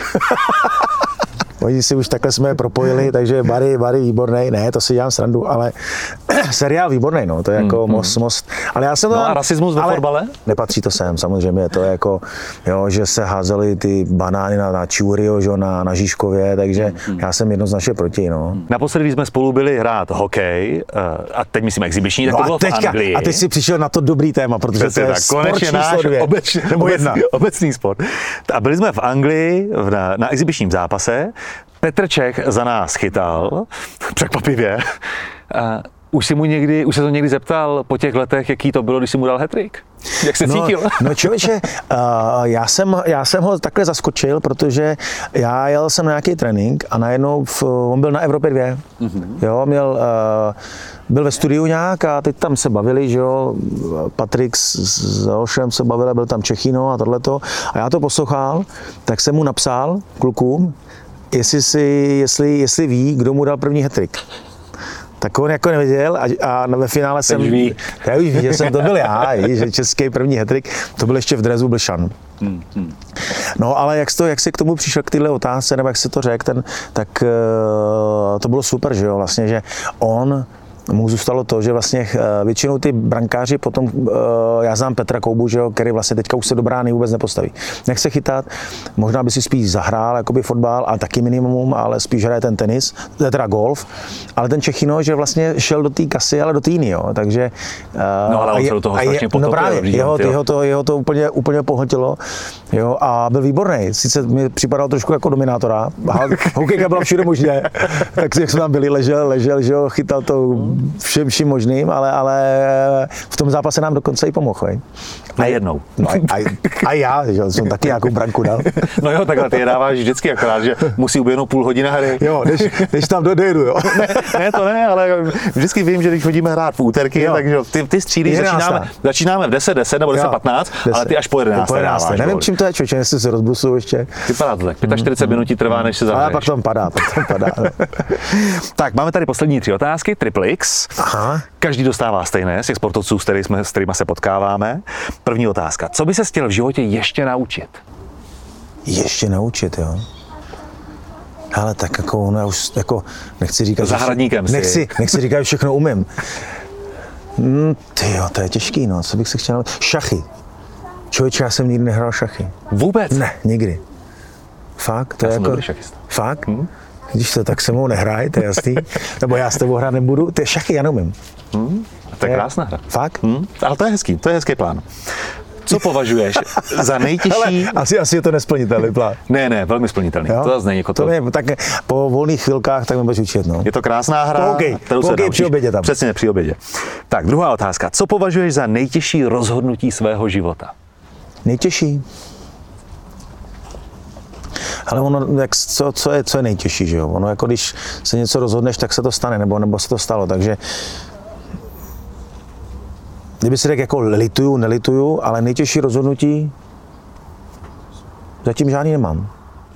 Oni si už takhle jsme je propojili, takže Barry, Barry výborný, ne, to si dělám srandu, ale seriál výborný, no, to je jako hmm, most, most. Ale já jsem to... No a rasismus ve fotbale? Nepatří to sem, samozřejmě, to je jako, jo, že se házely ty banány na, na Čurio, že, na, na Žižkově, takže hmm. já jsem jednoznačně proti, no. Naposledy, když jsme spolu byli hrát hokej, a teď myslím exibiční, tak no to bylo teďka, v Anglii. A teď si přišel na to dobrý téma, protože Přesně to je tak, sport číslo dvě, obeč, nebo obecný, jedna. obecný sport. A byli jsme v Anglii na, na exibičním zápase. Petr Čech za nás chytal, překvapivě. A už si mu někdy, už se to někdy zeptal po těch letech, jaký to bylo, když si mu dal hat-trick? Jak se no, cítil? No člověče, uh, já, jsem, já jsem ho takhle zaskočil, protože já jel jsem na nějaký trénink a najednou v, on byl na Evropě dvě. Mm-hmm. Jo, měl, uh, byl ve studiu nějak a teď tam se bavili, že jo, Patrik s, s Ošem se bavili, byl tam Čechino a tohleto. A já to poslouchal, tak jsem mu napsal klukům, jestli, si, jestli, jestli ví, kdo mu dal první hat-trick. Tak on jako nevěděl a, a ve finále jsem... Teď ví. Já už ví, že jsem to byl já, že český první hat-trick, to byl ještě v dresu, byl Šan. Hmm, hmm. No ale jak jsi, to, jak jsi k tomu přišel k téhle otázce, nebo jak jsi to řekl, ten, tak uh, to bylo super, že jo, vlastně, že on mu zůstalo to, že vlastně většinou ty brankáři potom, já znám Petra Koubu, že jo, který vlastně teďka už se do brány vůbec nepostaví. Nechce chytat, možná by si spíš zahrál jakoby fotbal, a taky minimum, ale spíš hraje ten tenis, teda golf, ale ten Čechino, že vlastně šel do té kasy, ale do té jiný, jo, takže... No ale on se do toho strašně potopil. No právě, jeho, jeho, to, jeho to úplně, úplně pohltilo, jo, a byl výborný, sice mi připadal trošku jako dominátora, hokejka byla všude možně, tak jak jsme tam byli, ležel, ležel, že jo, chytal to všem vším možným, ale, ale v tom zápase nám dokonce i pomohl. A jednou. No a, a, a já, že jsem taky nějakou branku dal. No jo, takhle ty je dáváš vždycky akorát, že musí uběhnout půl hodiny hry. Jo, než, než tam dojedu, jo. Ne, ne, to ne, ale vždycky vím, že když chodíme hrát v úterky, jo. takže ty, ty střílíš, začínáme, začínáme v deset deset nebo deset patnáct, ale ty až po jedenácté dáváš. Nevím, čím to je, člověče, jestli se rozbrusuju ještě. Vypadá to tak, čtyřicet pět minut ti trvá, než se zahraješ. Ale pak to padá, pak to padá. Tak, máme tady poslední tři otázky, Triple X. Aha. Každý dostává stejné z těch sportovců, s kterými, s kterými se potkáváme. První otázka. Co by se chtěl v životě ještě naučit? Ještě naučit, jo? Ale tak jako ono, já už jako nechci říkat, zahradníkem že vše, nechci, nechci říkat, že všechno umím. Hmm, tyjo, to je těžký, no. Co bych se chtěl naučit? Šachy. Člověče, já jsem nikdy nehrál šachy. Vůbec? Ne, nikdy. Fakt? To já je jsem jako... dobrý šachista. Fakt? Hmm? Když to tak se mnou nehraj, to je jasný. Nebo já s tebou hrát nebudu. Ty šachy já neumím. Hmm? To je krásná hra. Fakt? Hmm? Ale to je hezký, to je hezký plán. Co považuješ za nejtěžší? Hele, asi, asi je to nesplnitelný plán. Ne, ne, velmi splnitelný. Jo? To zase není jako to. to mě, tak po volných chvilkách tak mi budeš učit, no. Je to krásná hra. Po hokej, kterou po se hokej při obědě tam. Přesně, při obědě. Tak, druhá otázka. Co považuješ za nejtěžší rozhodnutí svého života? Nejtěžší? Ale ono, jak, co, co, je, co je nejtěžší, že jo? Ono jako když se něco rozhodneš, tak se to stane, nebo, nebo se to stalo, takže kdyby si řekl jako lituju, nelituju, ale nejtěžší rozhodnutí zatím žádný nemám.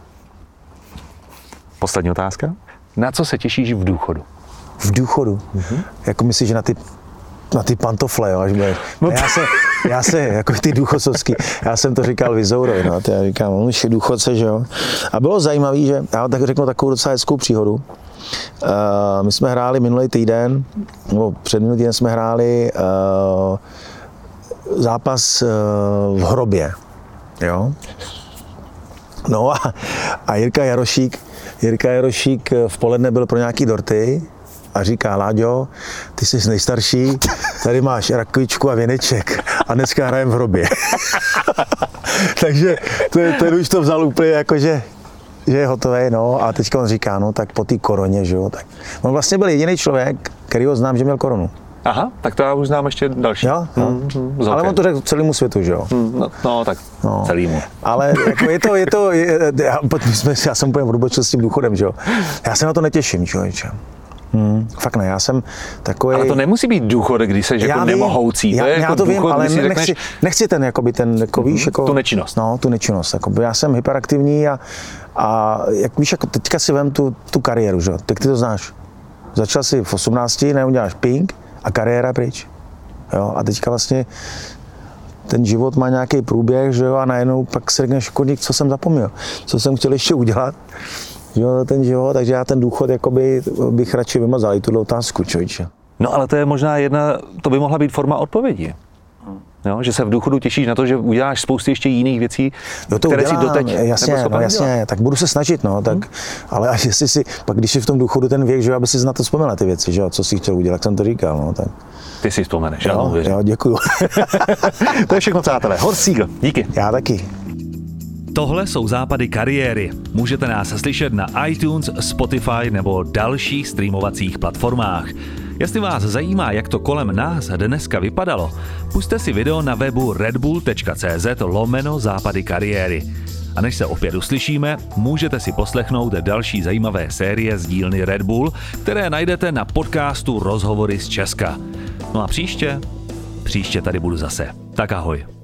Poslední otázka. Na co se těšíš v důchodu? V důchodu? Mm-hmm. Jako myslíš, že na ty, na ty pantofle, jo, až budeš. No já se, já se, jako ty důchodcovský, já jsem to říkal Vizourovi, no, já říkám, on už je důchodce, že jo. A bylo zajímavé, že, já tak řeknu takovou docela hezkou příhodu. Uh, my jsme hráli minulý týden, nebo před minulý týden jsme hráli uh, zápas uh, v Hrobě, jo. No a, a Jirka Jarošík, Jirka Jarošík v poledne byl pro nějaký dorty a říká, Láďo, ty jsi nejstarší, tady máš rakvičku a věneček a dneska hrajem v Hrobě. Takže to, ten už to vzal úplně jako, že, že je hotový, no a teďka on říká, no tak po té koroně, že jo, tak on vlastně byl jediný člověk, který ho znám, že měl korunu. Aha, tak to já už znám ještě další. Jo, jo. Mm, mm, ale on to řekl celému světu, že jo? Mm, no, no, tak no. Celému. Ale jako je to, je to, je, já, jsme, já jsem úplně odbočil s tím důchodem, že jo? Já se na to netěším, člověče. Hmm, fakt ne, já jsem takový. Ale to nemusí být důchod, když jsi jako nemohoucí. Já, to je já jako to důchod, vím, ale nechci, řekneš... nechci ten, jakoby ten, jako, víš, jako... Tu nečinnost. No, tu nečinnost, jakoby, já jsem hyperaktivní a, a jak víš, jako teďka si vem tu, tu kariéru, že jo, tak ty to znáš. Začal si v osmnácti, neuděláš ping a kariéra pryč. Jo, a teďka vlastně ten život má nějaký průběh, že jo, a najednou pak si řekneš, koník, co jsem zapomněl, co jsem chtěl ještě udělat. Jo, ten život, takže já ten důchod jakoby, bych radši vymazal i tuhle otázku, člověče. No ale to je možná jedna, to by mohla být forma odpovědi. Jo, že se v důchodu těšíš na to, že uděláš spoustu ještě jiných věcí, jo, to které udělám, si doteď jasně, no, jasně, tak budu se snažit, no, tak, hmm. ale až jestli si, pak když je v tom důchodu ten věk, že aby si na to vzpomněl ty věci, že jo, co jsi chtěl udělat, jak jsem to říkal, no, tak. Ty si vzpomeneš, jo, jo, děkuju. To je všechno, přátelé. Horst Siegel, díky. Já taky. Tohle jsou západy kariéry. Můžete nás slyšet na iTunes, Spotify nebo dalších streamovacích platformách. Jestli vás zajímá, jak to kolem nás dneska vypadalo, pusťte si video na webu redbull tečka cz lomeno západy kariéry. A než se opět uslyšíme, můžete si poslechnout další zajímavé série z dílny Red Bull, které najdete na podcastu Rozhovory z Česka. No a příště? Příště tady budu zase. Tak ahoj.